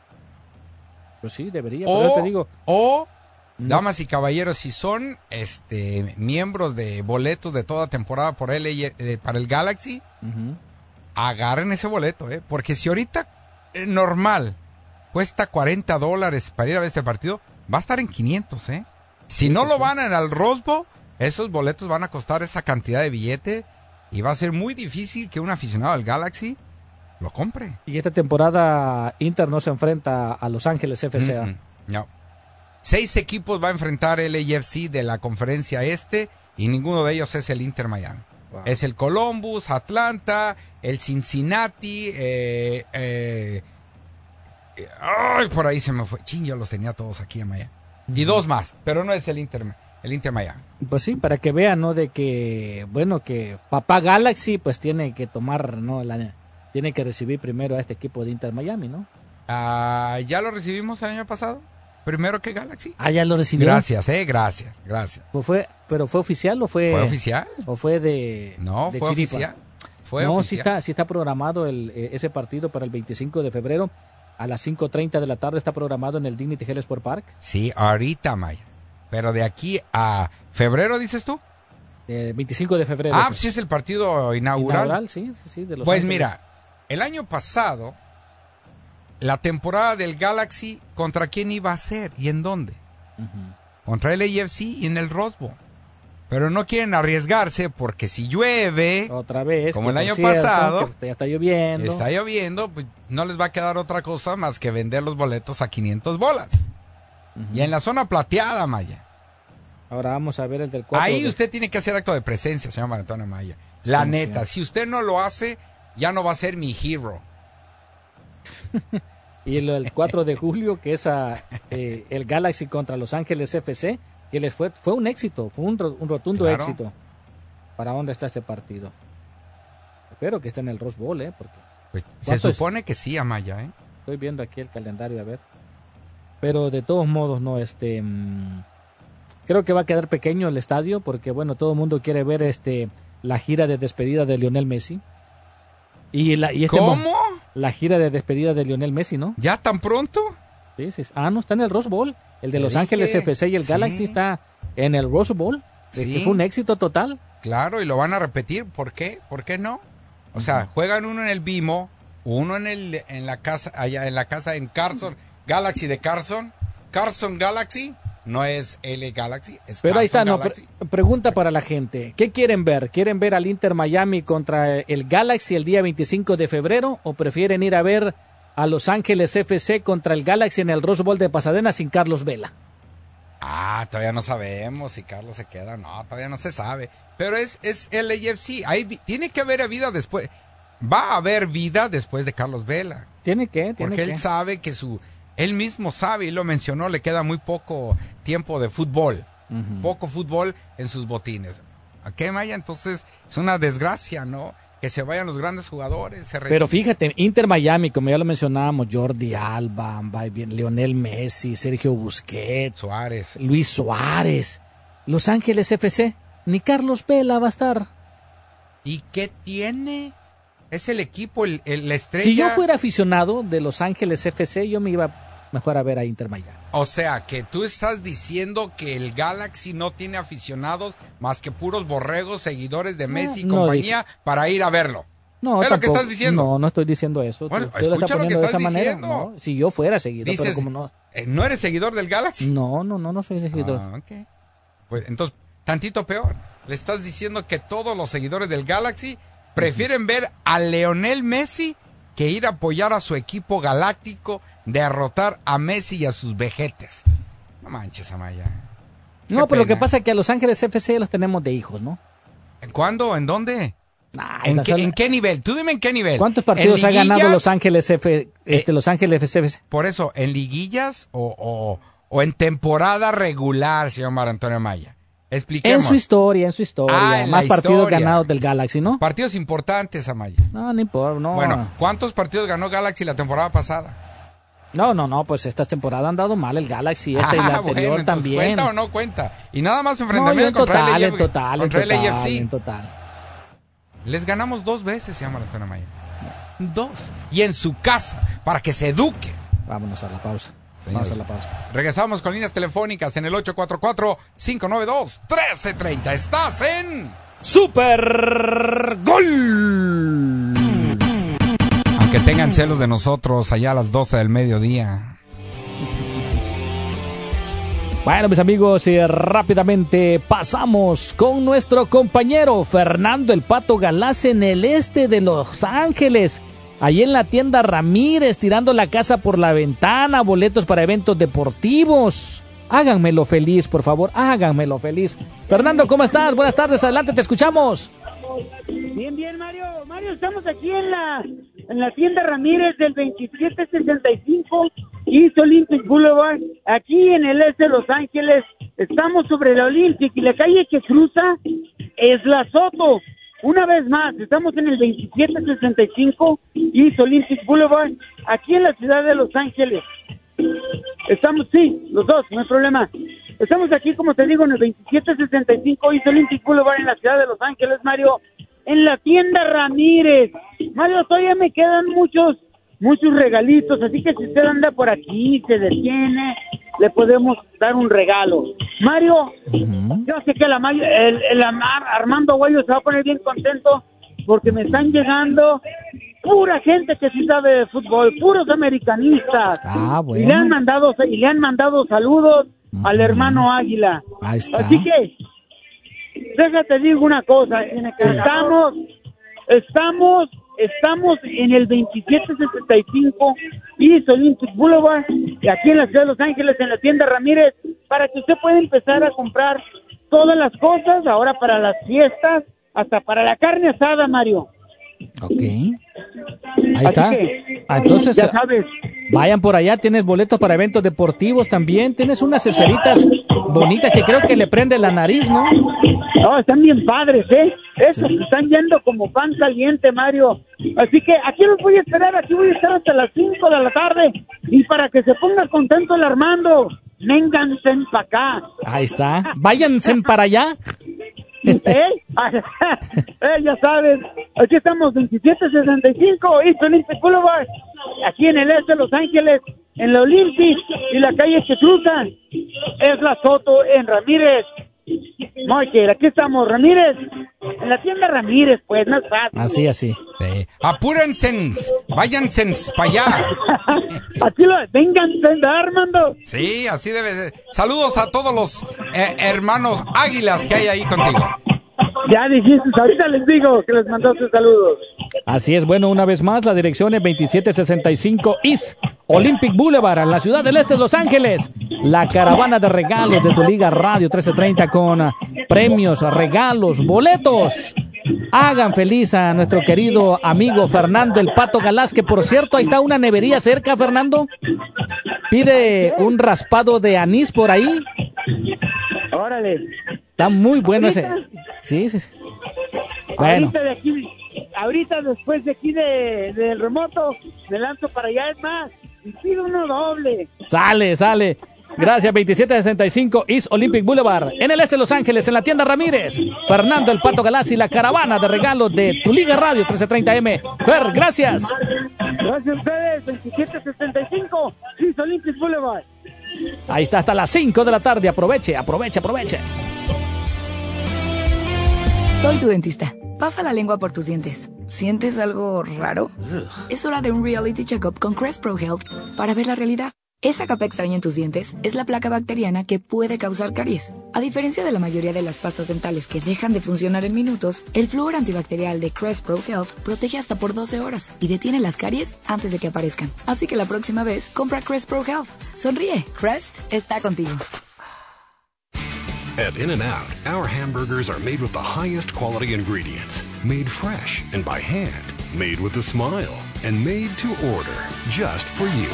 Pues sí, debería, pero te digo. Damas y caballeros, si son miembros de boletos de toda temporada para el Galaxy, agarren ese boleto, porque si ahorita normal cuesta $40 para ir a ver este partido, va a estar en 500, Si no lo van al Rose Bowl, esos boletos van a costar esa cantidad de billete y va a ser muy difícil que un aficionado al Galaxy lo compre. Y esta temporada Inter no se enfrenta a Los Ángeles FC. No. 6 equipos va a enfrentar el LAFC de la conferencia y ninguno de ellos es el Inter Miami. Wow. Es el Columbus, Atlanta, el Cincinnati, por ahí se me fue. Yo los tenía todos aquí en Miami. Y 2 más, pero no es el Inter Miami. Pues sí, para que vean, ¿no? De que, bueno, que papá Galaxy pues tiene que tomar, ¿no? Tiene que recibir primero a este equipo de Inter Miami, ¿no? ¿Ya lo recibimos el año pasado? ¿Primero que Galaxy? Ya lo recibió. Gracias. ¿Pero fue oficial o fue...? ¿Fue oficial? ¿O fue de No, de fue chiripa? oficial. Sí está programado ese partido para el 25 de febrero. A las 5:30 de la tarde está programado en el Dignity Health Sport Park. Sí, ahorita, Maya. Pero de aquí a febrero, ¿dices tú? 25 de febrero. Pues sí es el partido inaugural. Sí, de Los Pues Ángeles. Mira, el año pasado, la temporada del Galaxy, ¿contra quién iba a ser y en dónde? Contra el LAFC y en el Rose Bowl. Pero no quieren arriesgarse porque si llueve, otra vez, como el año pasado, ya está lloviendo. Está lloviendo, pues no les va a quedar otra cosa más que vender los boletos a 500 bolas. Y en la zona plateada, Maya. Ahora vamos a ver el del 4. Ahí usted tiene que hacer acto de presencia, señor Maratón Maya. La neta, si usted no lo hace, ya no va a ser mi hero. Y el 4 de julio, que es el Galaxy contra Los Ángeles FC, que les fue un éxito, fue un rotundo Claro. éxito. ¿Para dónde está este partido? Espero que esté en el Rose Bowl, porque Pues se ¿cuánto es? supone que sí, Amaya, ¿eh? Estoy viendo aquí el calendario, a ver. Pero de todos modos, no, creo que va a quedar pequeño el estadio, porque bueno, todo el mundo quiere ver la gira de despedida de Lionel Messi. ¿Cómo? La gira de despedida de Lionel Messi, ¿no? ¿Ya tan pronto? Sí, sí. Ah, no, está en el Rose Bowl. El de Te Los dije, Ángeles FC y el sí. Galaxy está en el Rose Bowl. Sí. Que fue un éxito total. Claro, y lo van a repetir. ¿Por qué? ¿Por qué no? O sea, juegan uno en el BMO, uno en la casa, allá en la casa en Carson, Galaxy de Carson Galaxy, no es L Galaxy, es Pero ahí está, Carson no, Galaxy. pregunta para la gente. ¿Qué quieren ver? ¿Quieren ver al Inter Miami contra el Galaxy el día 25 de febrero? ¿O prefieren ir a ver a Los Ángeles FC contra el Galaxy en el Rose Bowl de Pasadena sin Carlos Vela? Todavía no sabemos si Carlos se queda, no, todavía no se sabe. Pero es el AFC, tiene que haber vida después, va a haber vida después de Carlos Vela. Porque él sabe que él mismo sabe, y lo mencionó, le queda muy poco tiempo de fútbol, poco fútbol en sus botines. ¿A qué, Maya? Entonces es una desgracia, ¿no? Que se vayan los grandes jugadores. Pero fíjate, Inter Miami, como ya lo mencionábamos, Jordi Alba, Lionel Messi, Sergio Busquets, Luis Suárez, Los Ángeles FC, ni Carlos Vela va a estar. ¿Y qué tiene? Es el equipo, la estrella. Si yo fuera aficionado de Los Ángeles FC, yo me iba mejor a ver a Inter Miami. O sea, que tú estás diciendo que el Galaxy no tiene aficionados más que puros borregos, seguidores de Messi y compañía para ir a verlo. No, ¿Es lo que estás diciendo? No estoy diciendo eso. Bueno, Tú lo escucha lo que poniendo de estás esa manera. diciendo. No, si yo fuera seguidor, Dices, pero como no. ¿No eres seguidor del Galaxy? No soy seguidor. Ok. Pues entonces, tantito peor. Le estás diciendo que todos los seguidores del Galaxy prefieren ver a Lionel Messi que ir a apoyar a su equipo galáctico, derrotar a Messi y a sus vejetes. No manches, Amaya. No, pero lo que pasa es que a Los Ángeles FC los tenemos de hijos, ¿no? ¿Cuándo? ¿En dónde? ¿En qué nivel? Tú dime en qué nivel. ¿Cuántos partidos ha ganado Los Ángeles Los Ángeles FC? Por eso, ¿en liguillas o en temporada regular, señor Mar Antonio Amaya? Expliquemos. En su historia. Más partidos ganados del Galaxy, ¿no? Partidos importantes, Amaya. No importa, no. Bueno, ¿cuántos partidos ganó Galaxy la temporada pasada? No, pues esta temporada han dado mal el Galaxy, y la anterior también. ¿Cuenta o no cuenta? Y nada más enfrentamiento contra el total. Les ganamos 2 veces, se llama Antonio Maya. 2. Y en su casa, para que se eduque. Vámonos a la pausa. Señores, vamos a la pausa. Regresamos con líneas telefónicas en el 844-592-1330. Estás en Super Gol. Aunque tengan celos de nosotros allá a las 12 del mediodía. Bueno, mis amigos, y rápidamente pasamos con nuestro compañero Fernando El Pato Galaz en el este de Los Ángeles. Allí en la tienda Ramírez, tirando la casa por la ventana, boletos para eventos deportivos. Háganmelo feliz, por favor, háganmelo feliz. Fernando, ¿cómo estás? Buenas tardes, adelante, te escuchamos. Bien, Mario. Mario, estamos aquí en la tienda Ramírez del 2765 East Olympic Boulevard, aquí en el este de Los Ángeles. Estamos sobre la Olympic y la calle que cruza es la Soto. Una vez más, estamos en el 2765 East Olympic Boulevard, aquí en la ciudad de Los Ángeles. Estamos, sí, los dos, no hay problema. Estamos aquí, como te digo, en el 2765 East Olympic Boulevard, en la ciudad de Los Ángeles, Mario, en la tienda Ramírez. Mario, todavía me quedan muchos regalitos, así que si usted anda por aquí, se detiene, le podemos dar un regalo. Mario, yo sé que el Armando Aguayo se va a poner bien contento porque me están llegando pura gente que sí sabe de fútbol, puros americanistas. Bueno. Y le han mandado saludos al hermano Águila. Ahí está. Así que, déjate digo una cosa, estamos en el 2765 East Olympic Boulevard, y aquí en la ciudad de Los Ángeles, en la tienda Ramírez, para que usted pueda empezar a comprar todas las cosas, ahora para las fiestas, hasta para la carne asada, Mario. Ok. Ahí está. Entonces, ya sabes. Vayan por allá, tienes boletos para eventos deportivos también, tienes unas esferitas bonitas que creo que le prende la nariz, ¿no? No, están bien padres, ¿eh? Estos están yendo como pan caliente, Mario. Así que aquí los voy a esperar, aquí voy a estar hasta las 5 de la tarde. Y para que se ponga contento el Armando, vénganse para acá. Ahí está. Váyanse para allá. Ya sabes, aquí estamos 2765 East Olympic Boulevard, aquí en el este de Los Ángeles, en la Olympic, y la calle que cruzan es la Soto en Ramírez. Michael, aquí estamos, Ramírez, en la tienda Ramírez, pues, no es fácil. Así. Sí. Apúrense, váyanse para allá. Aquí vénganse, Armando. Sí, así debe ser. Saludos a todos los hermanos águilas que hay ahí contigo. Ya dijiste, ahorita les digo que les mandaste saludos. Así es, bueno, una vez más, la dirección es 2765 East Olympic Boulevard, en la ciudad del este de Los Ángeles. La caravana de regalos de Tu Liga Radio 1330 con premios, regalos, boletos. Hagan feliz a nuestro querido amigo Fernando el Pato Galás, que por cierto, ahí está una nevería cerca, Fernando. Pide un raspado de anís por ahí. Órale. Está muy bueno ese. Sí. Bueno. Ahorita después de aquí del remoto, me lanzo para allá, es más, y pido uno doble. Sale. Gracias, 2765 East Olympic Boulevard, en el este de Los Ángeles, en la tienda Ramírez. Fernando el Pato Galás y la caravana de regalos de Tu Liga Radio 1330M. Fer, gracias. Gracias a ustedes, 2765 East Olympic Boulevard. Ahí está, hasta las 5 de la tarde. Aproveche. Soy tu dentista. Pasa la lengua por tus dientes. ¿Sientes algo raro? Es hora de un reality checkup con Crest Pro Health para ver la realidad. Esa capa extraña en tus dientes es la placa bacteriana que puede causar caries. A diferencia de la mayoría de las pastas dentales que dejan de funcionar en minutos, el flúor antibacterial de Crest Pro Health protege hasta por 12 horas y detiene las caries antes de que aparezcan. Así que la próxima vez, compra Crest Pro Health. Sonríe, Crest está contigo. At In-N-Out, our hamburgers are made with the highest quality ingredients, made fresh and by hand, made with a smile, and made to order just for you.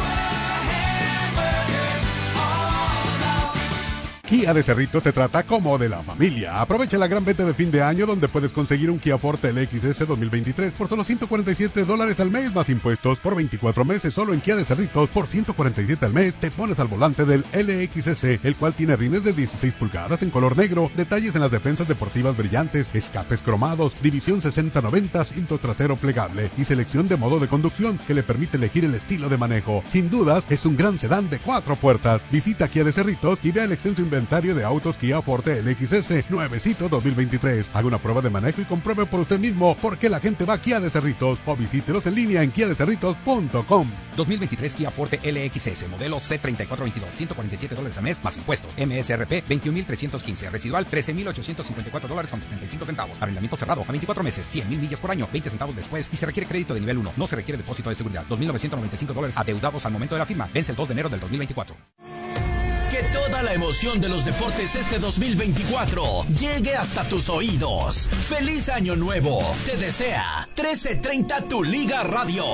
Kia de Cerritos te trata como de la familia. Aprovecha la gran venta de fin de año donde puedes conseguir un Kia Forte LXS 2023 por solo $147 al mes más impuestos por 24 meses solo en Kia de Cerritos. Por $147 al mes te pones al volante del LXS, el cual tiene rines de 16 pulgadas en color negro, detalles en las defensas deportivas brillantes, escapes cromados, división 60-90, cinto trasero plegable y selección de modo de conducción que le permite elegir el estilo de manejo. Sin dudas, es un gran sedán de 4 puertas. Visita Kia de Cerritos y vea el extenso inventario de autos Kia Forte LXS nuevecito 2023. Haga una prueba de manejo y compruebe por usted mismo por qué la gente va a Kia de Cerritos o visítelos en línea en kiadecerritos.com. 2023 Kia Forte LXS, modelo C3422, $147 al mes más impuestos. MSRP 21.315, residual $13.854.75. Arrendamiento cerrado a 24 meses, 100,000 millas por año, 20 centavos después y se requiere crédito de nivel 1. No se requiere depósito de seguridad. $2.995 adeudados al momento de la firma. Vence el 2 de enero del 2024. Que toda la emoción de los deportes este 2024 llegue hasta tus oídos. ¡Feliz Año Nuevo! Te desea 1330 Tu Liga Radio.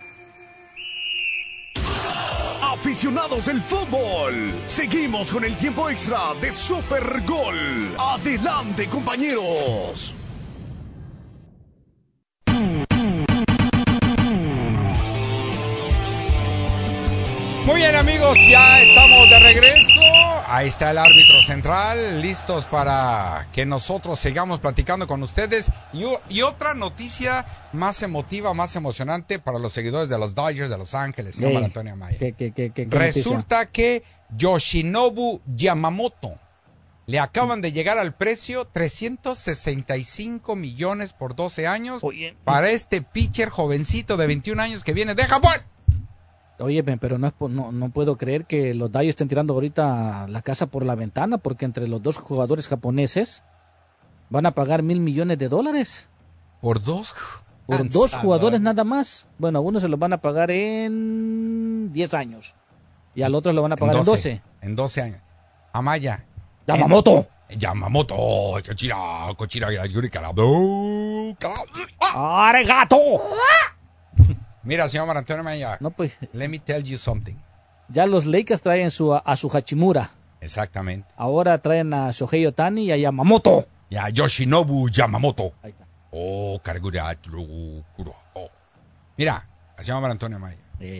Aficionados del fútbol, seguimos con el tiempo extra de Super Gol. Adelante, compañeros. Muy bien, amigos, ya estamos de regreso. Ahí está el árbitro central, listos para que nosotros sigamos platicando con ustedes. Y otra noticia más emotiva, más emocionante para los seguidores de los Dodgers de Los Ángeles, señor Mario Antonio Amaya. ¿Qué Resulta que Yoshinobu Yamamoto le acaban de llegar al precio 365 millones por 12 años para este pitcher jovencito de 21 años que viene de Japón. Oye, pero no puedo creer que los Dodgers estén tirando ahorita la casa por la ventana, porque entre los dos jugadores japoneses van a pagar $1,000 millones. ¿Por dos? Por dos jugadores nada más. Bueno, a uno se los van a pagar en 10 años y al otro lo van a pagar en 12. En 12 años. Amaya. Yamamoto. Cochira, Yuri ¡Arigato! Mira, señor Mario Antonio Amaya, no, pues, let me tell you something. Ya los Lakers traen a su Hachimura. Exactamente. Ahora traen a Shohei Ohtani y a Yamamoto. Y a Yoshinobu Yamamoto. Ahí está. Oh, mira, se llama Antonio Amaya.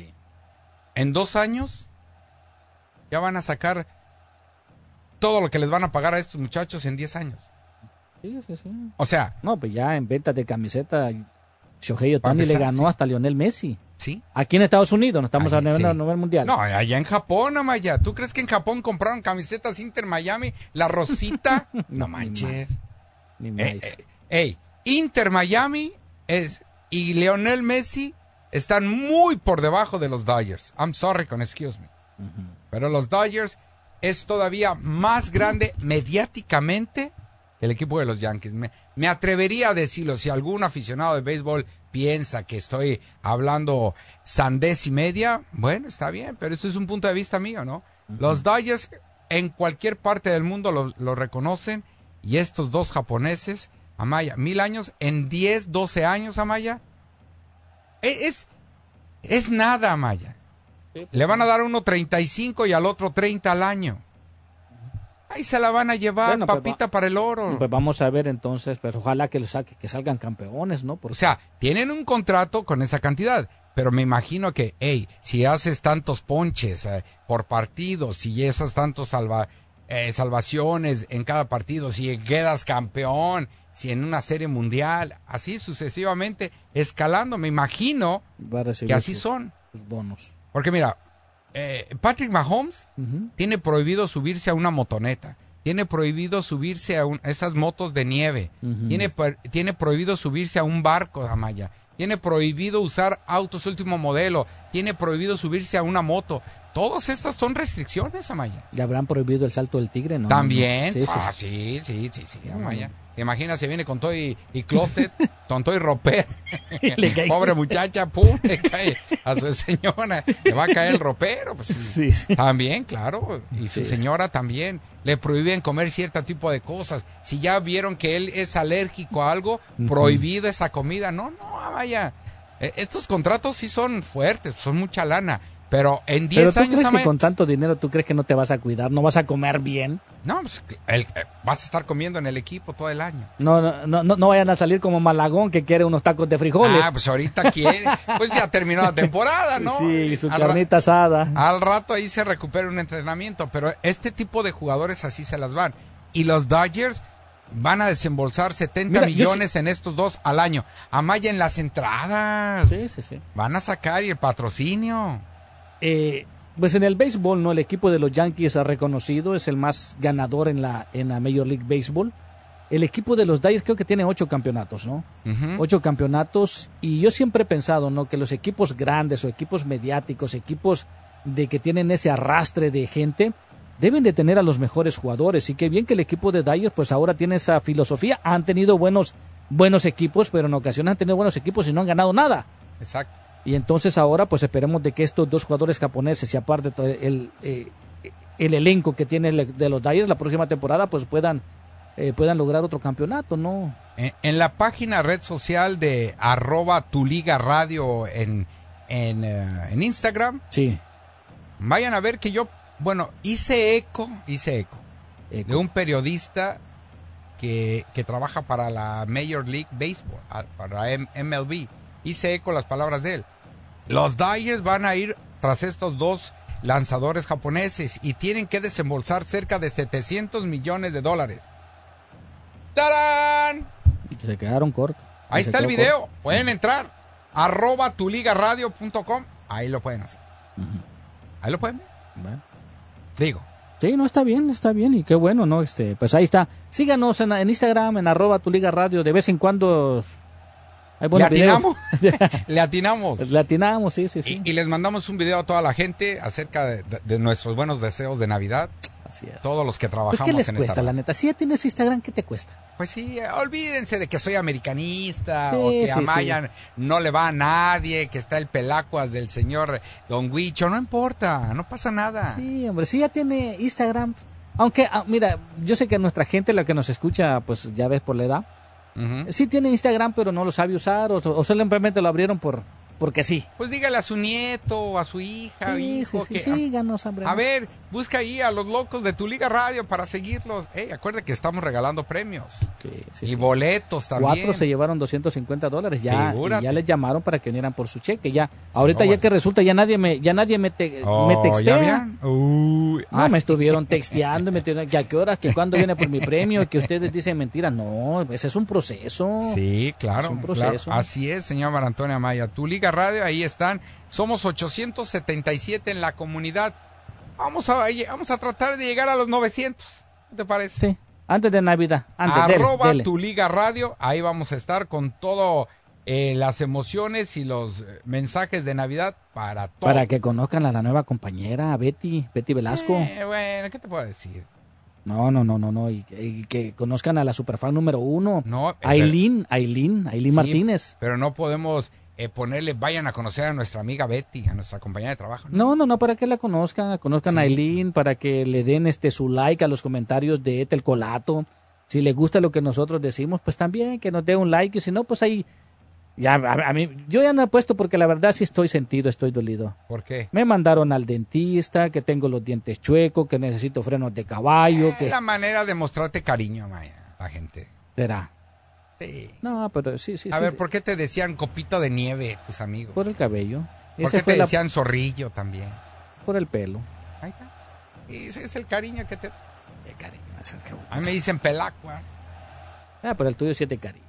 En 2 años ya van a sacar todo lo que les van a pagar a estos muchachos en 10 años. Sí. O sea... No, pues ya en venta de camiseta, Shohei Ohtani le ganó hasta Lionel Messi. Sí. Aquí en Estados Unidos, no estamos a nivel mundial. No, allá en Japón, Amaya. ¿Tú crees que en Japón compraron camisetas Inter Miami? La rosita. No manches. Ni más. Inter Miami y Lionel Messi están muy por debajo de los Dodgers. I'm sorry con excuse me. Pero los Dodgers es todavía más grande mediáticamente que el equipo de los Yankees. Me atrevería a decirlo. Si algún aficionado de béisbol piensa que estoy hablando sandez y media, bueno, está bien, pero eso es un punto de vista mío, ¿no? Los Dodgers en cualquier parte del mundo lo reconocen, y estos dos japoneses, Amaya, 1000 años, en 10, 12 años, Amaya, es nada, Amaya. Le van a dar uno 35 y al otro 30 al año. Ahí se la van a llevar, bueno, papita para el oro. Pues vamos a ver entonces, pero ojalá que que salgan campeones, ¿no? Porque... O sea, tienen un contrato con esa cantidad, pero me imagino que, si haces tantos ponches por partido, si esas tantos salvaciones en cada partido, si quedas campeón, si en una serie mundial, así sucesivamente, escalando, me imagino que así son. Sus bonos. Porque mira, Patrick Mahomes tiene prohibido subirse a una motoneta, tiene prohibido subirse a esas motos de nieve, tiene prohibido subirse a un barco, Amaya, tiene prohibido usar autos último modelo, tiene prohibido subirse a una moto. Todas estas son restricciones, Amaya. Le habrán prohibido el salto del tigre, ¿no? También. Sí, Amaya. Imagina, se viene con todo y closet, con todo y ropero. Pobre muchacha, pum, le cae a su señora. Le va a caer el ropero. Pues, sí. También, claro. Y su señora también. Le prohíben comer cierto tipo de cosas. Si ya vieron que él es alérgico a algo, prohibido esa comida. No, vaya. Estos contratos sí son fuertes, son mucha lana. Pero en 10 años... ¿Pero tú crees que con tanto dinero tú crees que no te vas a cuidar? ¿No vas a comer bien? No, pues vas a estar comiendo en el equipo todo el año. No vayan a salir como Malagón, que quiere unos tacos de frijoles. Pues ahorita quiere. Pues ya terminó la temporada, ¿no? Sí, su carnita asada. Al rato ahí se recupera un entrenamiento. Pero este tipo de jugadores así se las van. Y los Dodgers van a desembolsar 70 millones en estos dos al año. Amaya, en las entradas. Sí. Van a sacar y el patrocinio. Pues en el béisbol, ¿no? El equipo de los Yankees ha reconocido, es el más ganador en la Major League Baseball. El equipo de los Dodgers creo que tiene 8 campeonatos, ¿no? 8 campeonatos, y yo siempre he pensado, ¿no? Que los equipos grandes o equipos mediáticos, equipos de que tienen ese arrastre de gente, deben de tener a los mejores jugadores, y qué bien que el equipo de Dodgers pues ahora tiene esa filosofía. Han tenido buenos equipos, pero en ocasiones han tenido buenos equipos y no han ganado nada. Exacto. Y entonces ahora pues esperemos de que estos dos jugadores japoneses, y aparte el elenco que tiene de los Dodgers la próxima temporada, pues puedan lograr otro campeonato, ¿no? En la página red social de @tuligaradio en Instagram, sí, vayan a ver que yo, hice eco de un periodista que trabaja para la Major League Baseball, para MLB. Hice eco las palabras de él. Los Dodgers van a ir tras estos dos lanzadores japoneses y tienen que desembolsar cerca de $700 millones. ¡Tarán! Se quedaron cortos. Ahí está el video. Pueden entrar. @tuligaradio.com. Ahí lo pueden hacer. Ahí lo pueden ver. Bueno. Digo. Sí, no, está bien, y qué bueno, ¿no? Pues ahí está. Síganos en Instagram, en @tuligaradio. De vez en cuando... ¿Le atinamos? ¿Le atinamos? Sí. Y les mandamos un video a toda la gente acerca de nuestros buenos deseos de Navidad. Así es. Todos los que trabajamos pues ¿qué les en cuesta, esta la neta? Si ya tienes Instagram, ¿qué te cuesta? Pues sí, olvídense de que soy americanista o que Amaya no le va a nadie, que está el pelacuas del señor Don Huicho. No importa, no pasa nada. Sí, hombre, si ya tiene Instagram. Aunque, mira, yo sé que nuestra gente, la que nos escucha, pues ya ves por la edad, sí tiene Instagram, pero no lo sabe usar, o simplemente lo abrieron por porque sí. Pues dígale a su nieto o a su hija o hijo Sí, que... síganos, hombre. A ver, busca ahí a los locos de Tu Liga Radio para seguirlos. Acuérdate que estamos regalando premios. Y boletos también. 4 se llevaron $250 ya. Figúrate. Y ya les llamaron para que vinieran por su cheque. Ya. Ahorita ya que resulta, ya nadie me textea. Me estuvieron texteando, que a qué horas, que cuándo viene por mi premio, que ustedes dicen mentiras. No, ese es un proceso. Sí, claro. Es un proceso. Claro. Así es, señor Mar Antonio Amaya. Tu Liga Radio, ahí están. Somos 877 en la comunidad. Vamos a tratar de llegar a los 900. ¿Qué te parece? Sí, antes de Navidad. @ Tu Liga Radio. Ahí vamos a estar con todo las emociones y los mensajes de Navidad para todos. Para que conozcan a la nueva compañera, Betty Velasco. Bueno, ¿qué te puedo decir? No. Y que conozcan a la superfan número 1. No, Aileen Martínez. Pero no podemos ponerle, vayan a conocer a nuestra amiga Betty, a nuestra compañera de trabajo. No, para que la conozcan a Aileen, para que le den su like a los comentarios de Etel Colato. Si le gusta lo que nosotros decimos, pues también que nos dé un like, y si no, pues ahí... Ya, a mí, yo ya no he puesto porque la verdad sí estoy sentido, estoy dolido. ¿Por qué? Me mandaron al dentista, que tengo los dientes chuecos, que necesito frenos de caballo. Es la manera de mostrarte cariño, Maya, la gente. ¿Será? Sí. No, pero sí. A ver, ¿por qué te decían copito de nieve tus amigos? Por el cabello. ¿Por qué te decían zorrillo también? Por el pelo. Ahí está. Ese es el cariño que te... El cariño. A mí me dicen pelacuas. Pero el tuyo sí te cariño.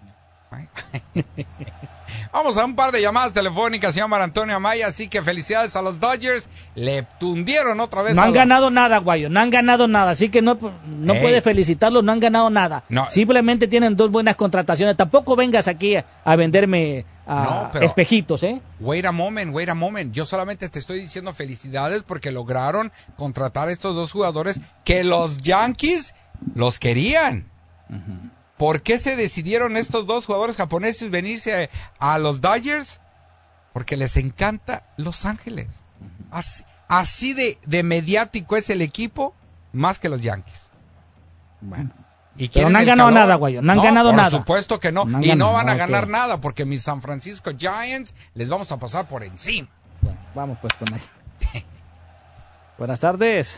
Vamos a un par de llamadas telefónicas, señor Mar Antonio Amaya, así que felicidades a los Dodgers, le tundieron otra vez. No han ganado nada, Guayo, no han ganado nada, así que no puede felicitarlos, no han ganado nada. No. Simplemente tienen 2 buenas contrataciones, tampoco vengas aquí a venderme espejitos, Wait a moment, yo solamente te estoy diciendo felicidades porque lograron contratar a estos 2 jugadores que los Yankees los querían. ¿Por qué se decidieron estos 2 jugadores japoneses venirse a los Dodgers? Porque les encanta Los Ángeles. Así de mediático es el equipo, más que los Yankees. Bueno. Pero no han ganado nada, Guayo. No han ganado nada. Por supuesto que no. Y no van a ganar nada porque mis San Francisco Giants les vamos a pasar por encima. Bueno, vamos pues con él. Buenas tardes.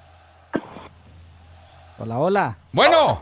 Hola. Bueno.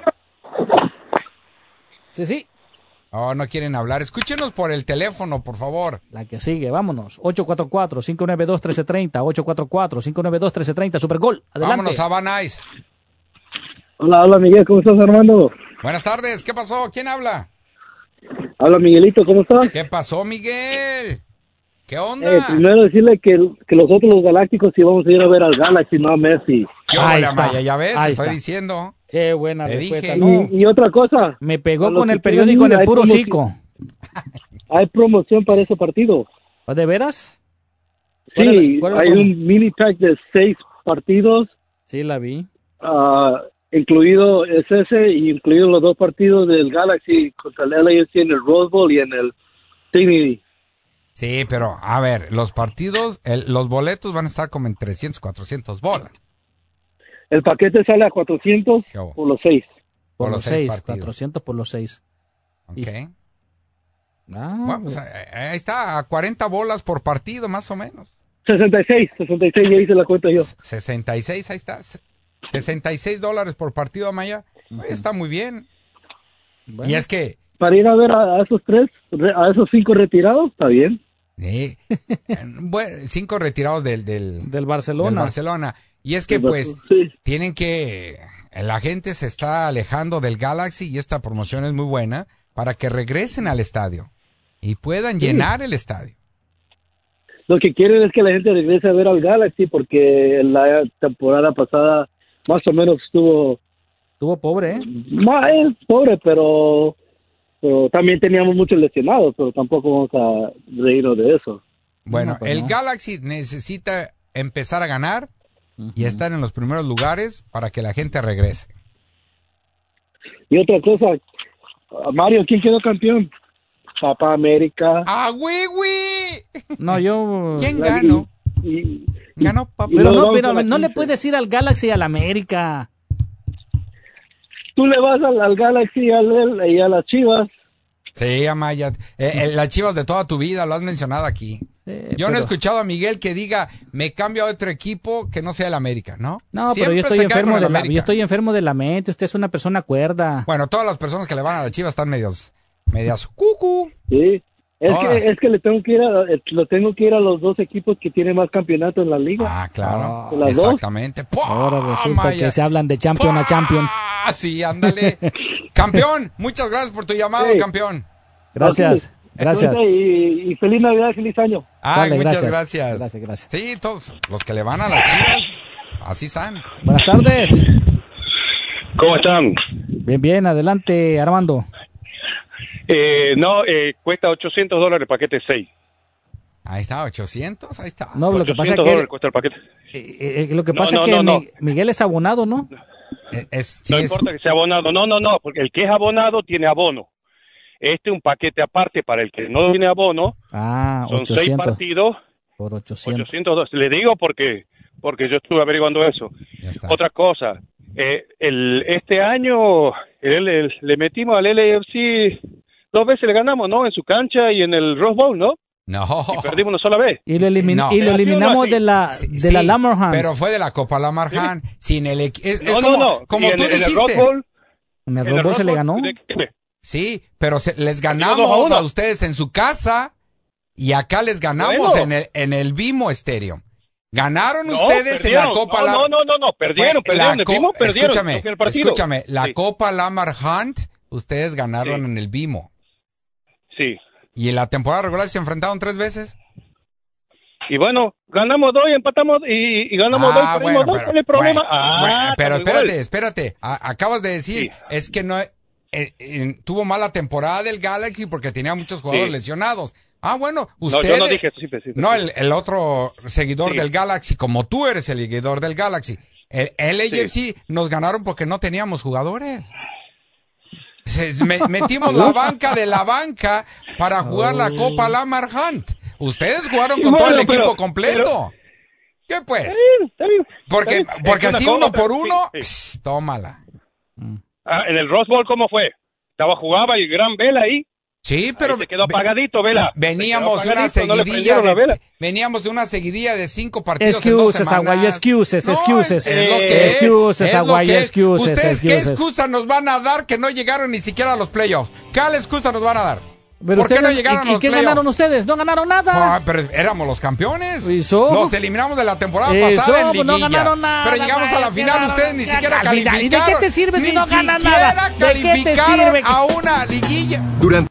Sí. Oh, no quieren hablar. Escúchenos por el teléfono, por favor. La que sigue, vámonos. 844-592-1330. 844-592-1330. Supergol. Adelante. Vámonos a Van Nuys. Hola, Miguel. ¿Cómo estás, Armando? Buenas tardes. ¿Qué pasó? ¿Quién habla? Habla Miguelito. ¿Cómo estás? ¿Qué pasó, Miguel? ¿Qué onda? Primero decirle que nosotros los Galácticos íbamos a ir a ver al Galaxy, no a Messi. Ahí está. Maya, ya ves, te estoy diciendo. Qué buena respuesta. Y otra cosa. Me pegó con el periódico en el puro hocico. Hay promoción para ese partido. ¿De veras? Sí, hay un mini pack de 6 partidos. Sí, la vi. Incluido ese y incluido los 2 partidos del Galaxy contra el LAFC en el Rose Bowl y en el Dignity. Sí, pero a ver, los partidos, los boletos van a estar como en 300, 400 bolas. El paquete sale a 400 por los 6. Por los 6, 400 por los 6. Ok. Bueno, pues ahí está, a 40 bolas por partido, más o menos. 66, ya hice la cuenta yo. 66, ahí está. $66 por partido, Amaya. Está muy bien. Bueno. Y es que... Para ir a ver a esos 5 retirados, está bien. Sí. Bueno, 5 retirados del Barcelona. Del Barcelona. Y es que tienen que... La gente se está alejando del Galaxy y esta promoción es muy buena para que regresen al estadio y puedan llenar el estadio. Lo que quieren es que la gente regrese a ver al Galaxy porque la temporada pasada más o menos estuvo pobre, pobre, pero también teníamos muchos lesionados, pero tampoco vamos a reírnos de eso. Bueno, el Galaxy necesita empezar a ganar y estar en los primeros lugares para que la gente regrese. Y otra cosa, Mario, ¿quién quedó campeón? Papá América. ¡Ah, güey! No, yo... ¿Quién ganó? Ganó Papá. Pero no le puedes ir al Galaxy y al América. Tú le vas al Galaxy y a las Chivas. Sí, Amaya. Las Chivas de toda tu vida, lo has mencionado aquí. Yo no he escuchado a Miguel que diga, me cambio a otro equipo que no sea el América, ¿no? No, Siempre pero yo estoy enfermo de la mente. Usted es una persona cuerda. Bueno, todas las personas que le van a las Chivas están medias cucu. Sí. Es que lo tengo que ir a los dos equipos que tienen más campeonatos en la liga. Ah, claro. Exactamente. Ahora resulta que se hablan de champion a champion. Ah, sí, ándale. Campeón, muchas gracias por tu llamado, campeón. Gracias. Y feliz Navidad, feliz año. Ay, muchas gracias. Gracias. Sí, todos los que le van a las Chivas, así están. Buenas tardes. ¿Cómo están? Bien, adelante, Armando. Cuesta $800 el paquete 6. Ahí está, 800, ahí está. No, lo que pasa es que cuesta el paquete. Lo que pasa es que Miguel es abonado, ¿no? No importa que sea abonado, no, porque el que es abonado tiene abono. Este es un paquete aparte para el que no tiene abono. Ah, son 800. 6 partidos. Por 800. $800. Le digo porque yo estuve averiguando eso. Otra cosa, este año le metimos al LAFC 2 veces, le ganamos, ¿no? En su cancha y en el Rose Bowl, ¿no? No. Y perdimos una sola vez. Y lo eliminamos de la Lamar Hunt. Pero fue de la Copa Lamar Hunt. Sin el Como tú dijiste. ¿En el Rose Bowl se le ganó? Sí, pero les ganamos a ustedes en su casa y acá les ganamos en el BMO Stadium. Ganaron ustedes perdieron. en la Copa No, perdieron. Escúchame, la Copa Lamar Hunt, ustedes ganaron en el BMO. Sí. ¿Y en la temporada regular se enfrentaron 3 veces? Y bueno, ganamos 2 y empatamos y ganamos 2 y perdimos 2. ¿Cuál es el problema? Pero espérate. Acabas de decir, es que no tuvo mala temporada del Galaxy porque tenía muchos jugadores lesionados. Ah, bueno, ustedes... No, yo no dije eso, sí. No, el otro seguidor del Galaxy, como tú eres el seguidor del Galaxy. El LAFC nos ganaron porque no teníamos jugadores. Metimos la banca de la banca para jugar la Copa Lamar Hunt. Ustedes jugaron con todo el equipo completo. ¿Qué pues? Está bien. Porque así uno por uno, tómala. En el Rose Bowl, ¿cómo fue? Jugaba el Gran Vela ahí. Sí, pero se quedó apagadito, Vela. Veníamos de una seguidilla de 5 partidos excuses, en 2 semanas. Aguay, excuses. ¿Ustedes qué excusa nos van a dar que no llegaron ni siquiera a los playoffs? ¿Qué excusa nos van a dar? ¿Por qué no llegaron a los playoffs? ¿Y qué ganaron ustedes? No ganaron nada. Pero éramos los campeones. Los eliminamos de la temporada pasada en liguilla. No ganaron nada. Pero llegamos a la final, ustedes ni siquiera calificaron. ¿Y de qué te sirve si no ganan nada? Ni siquiera calificaron a una liguilla.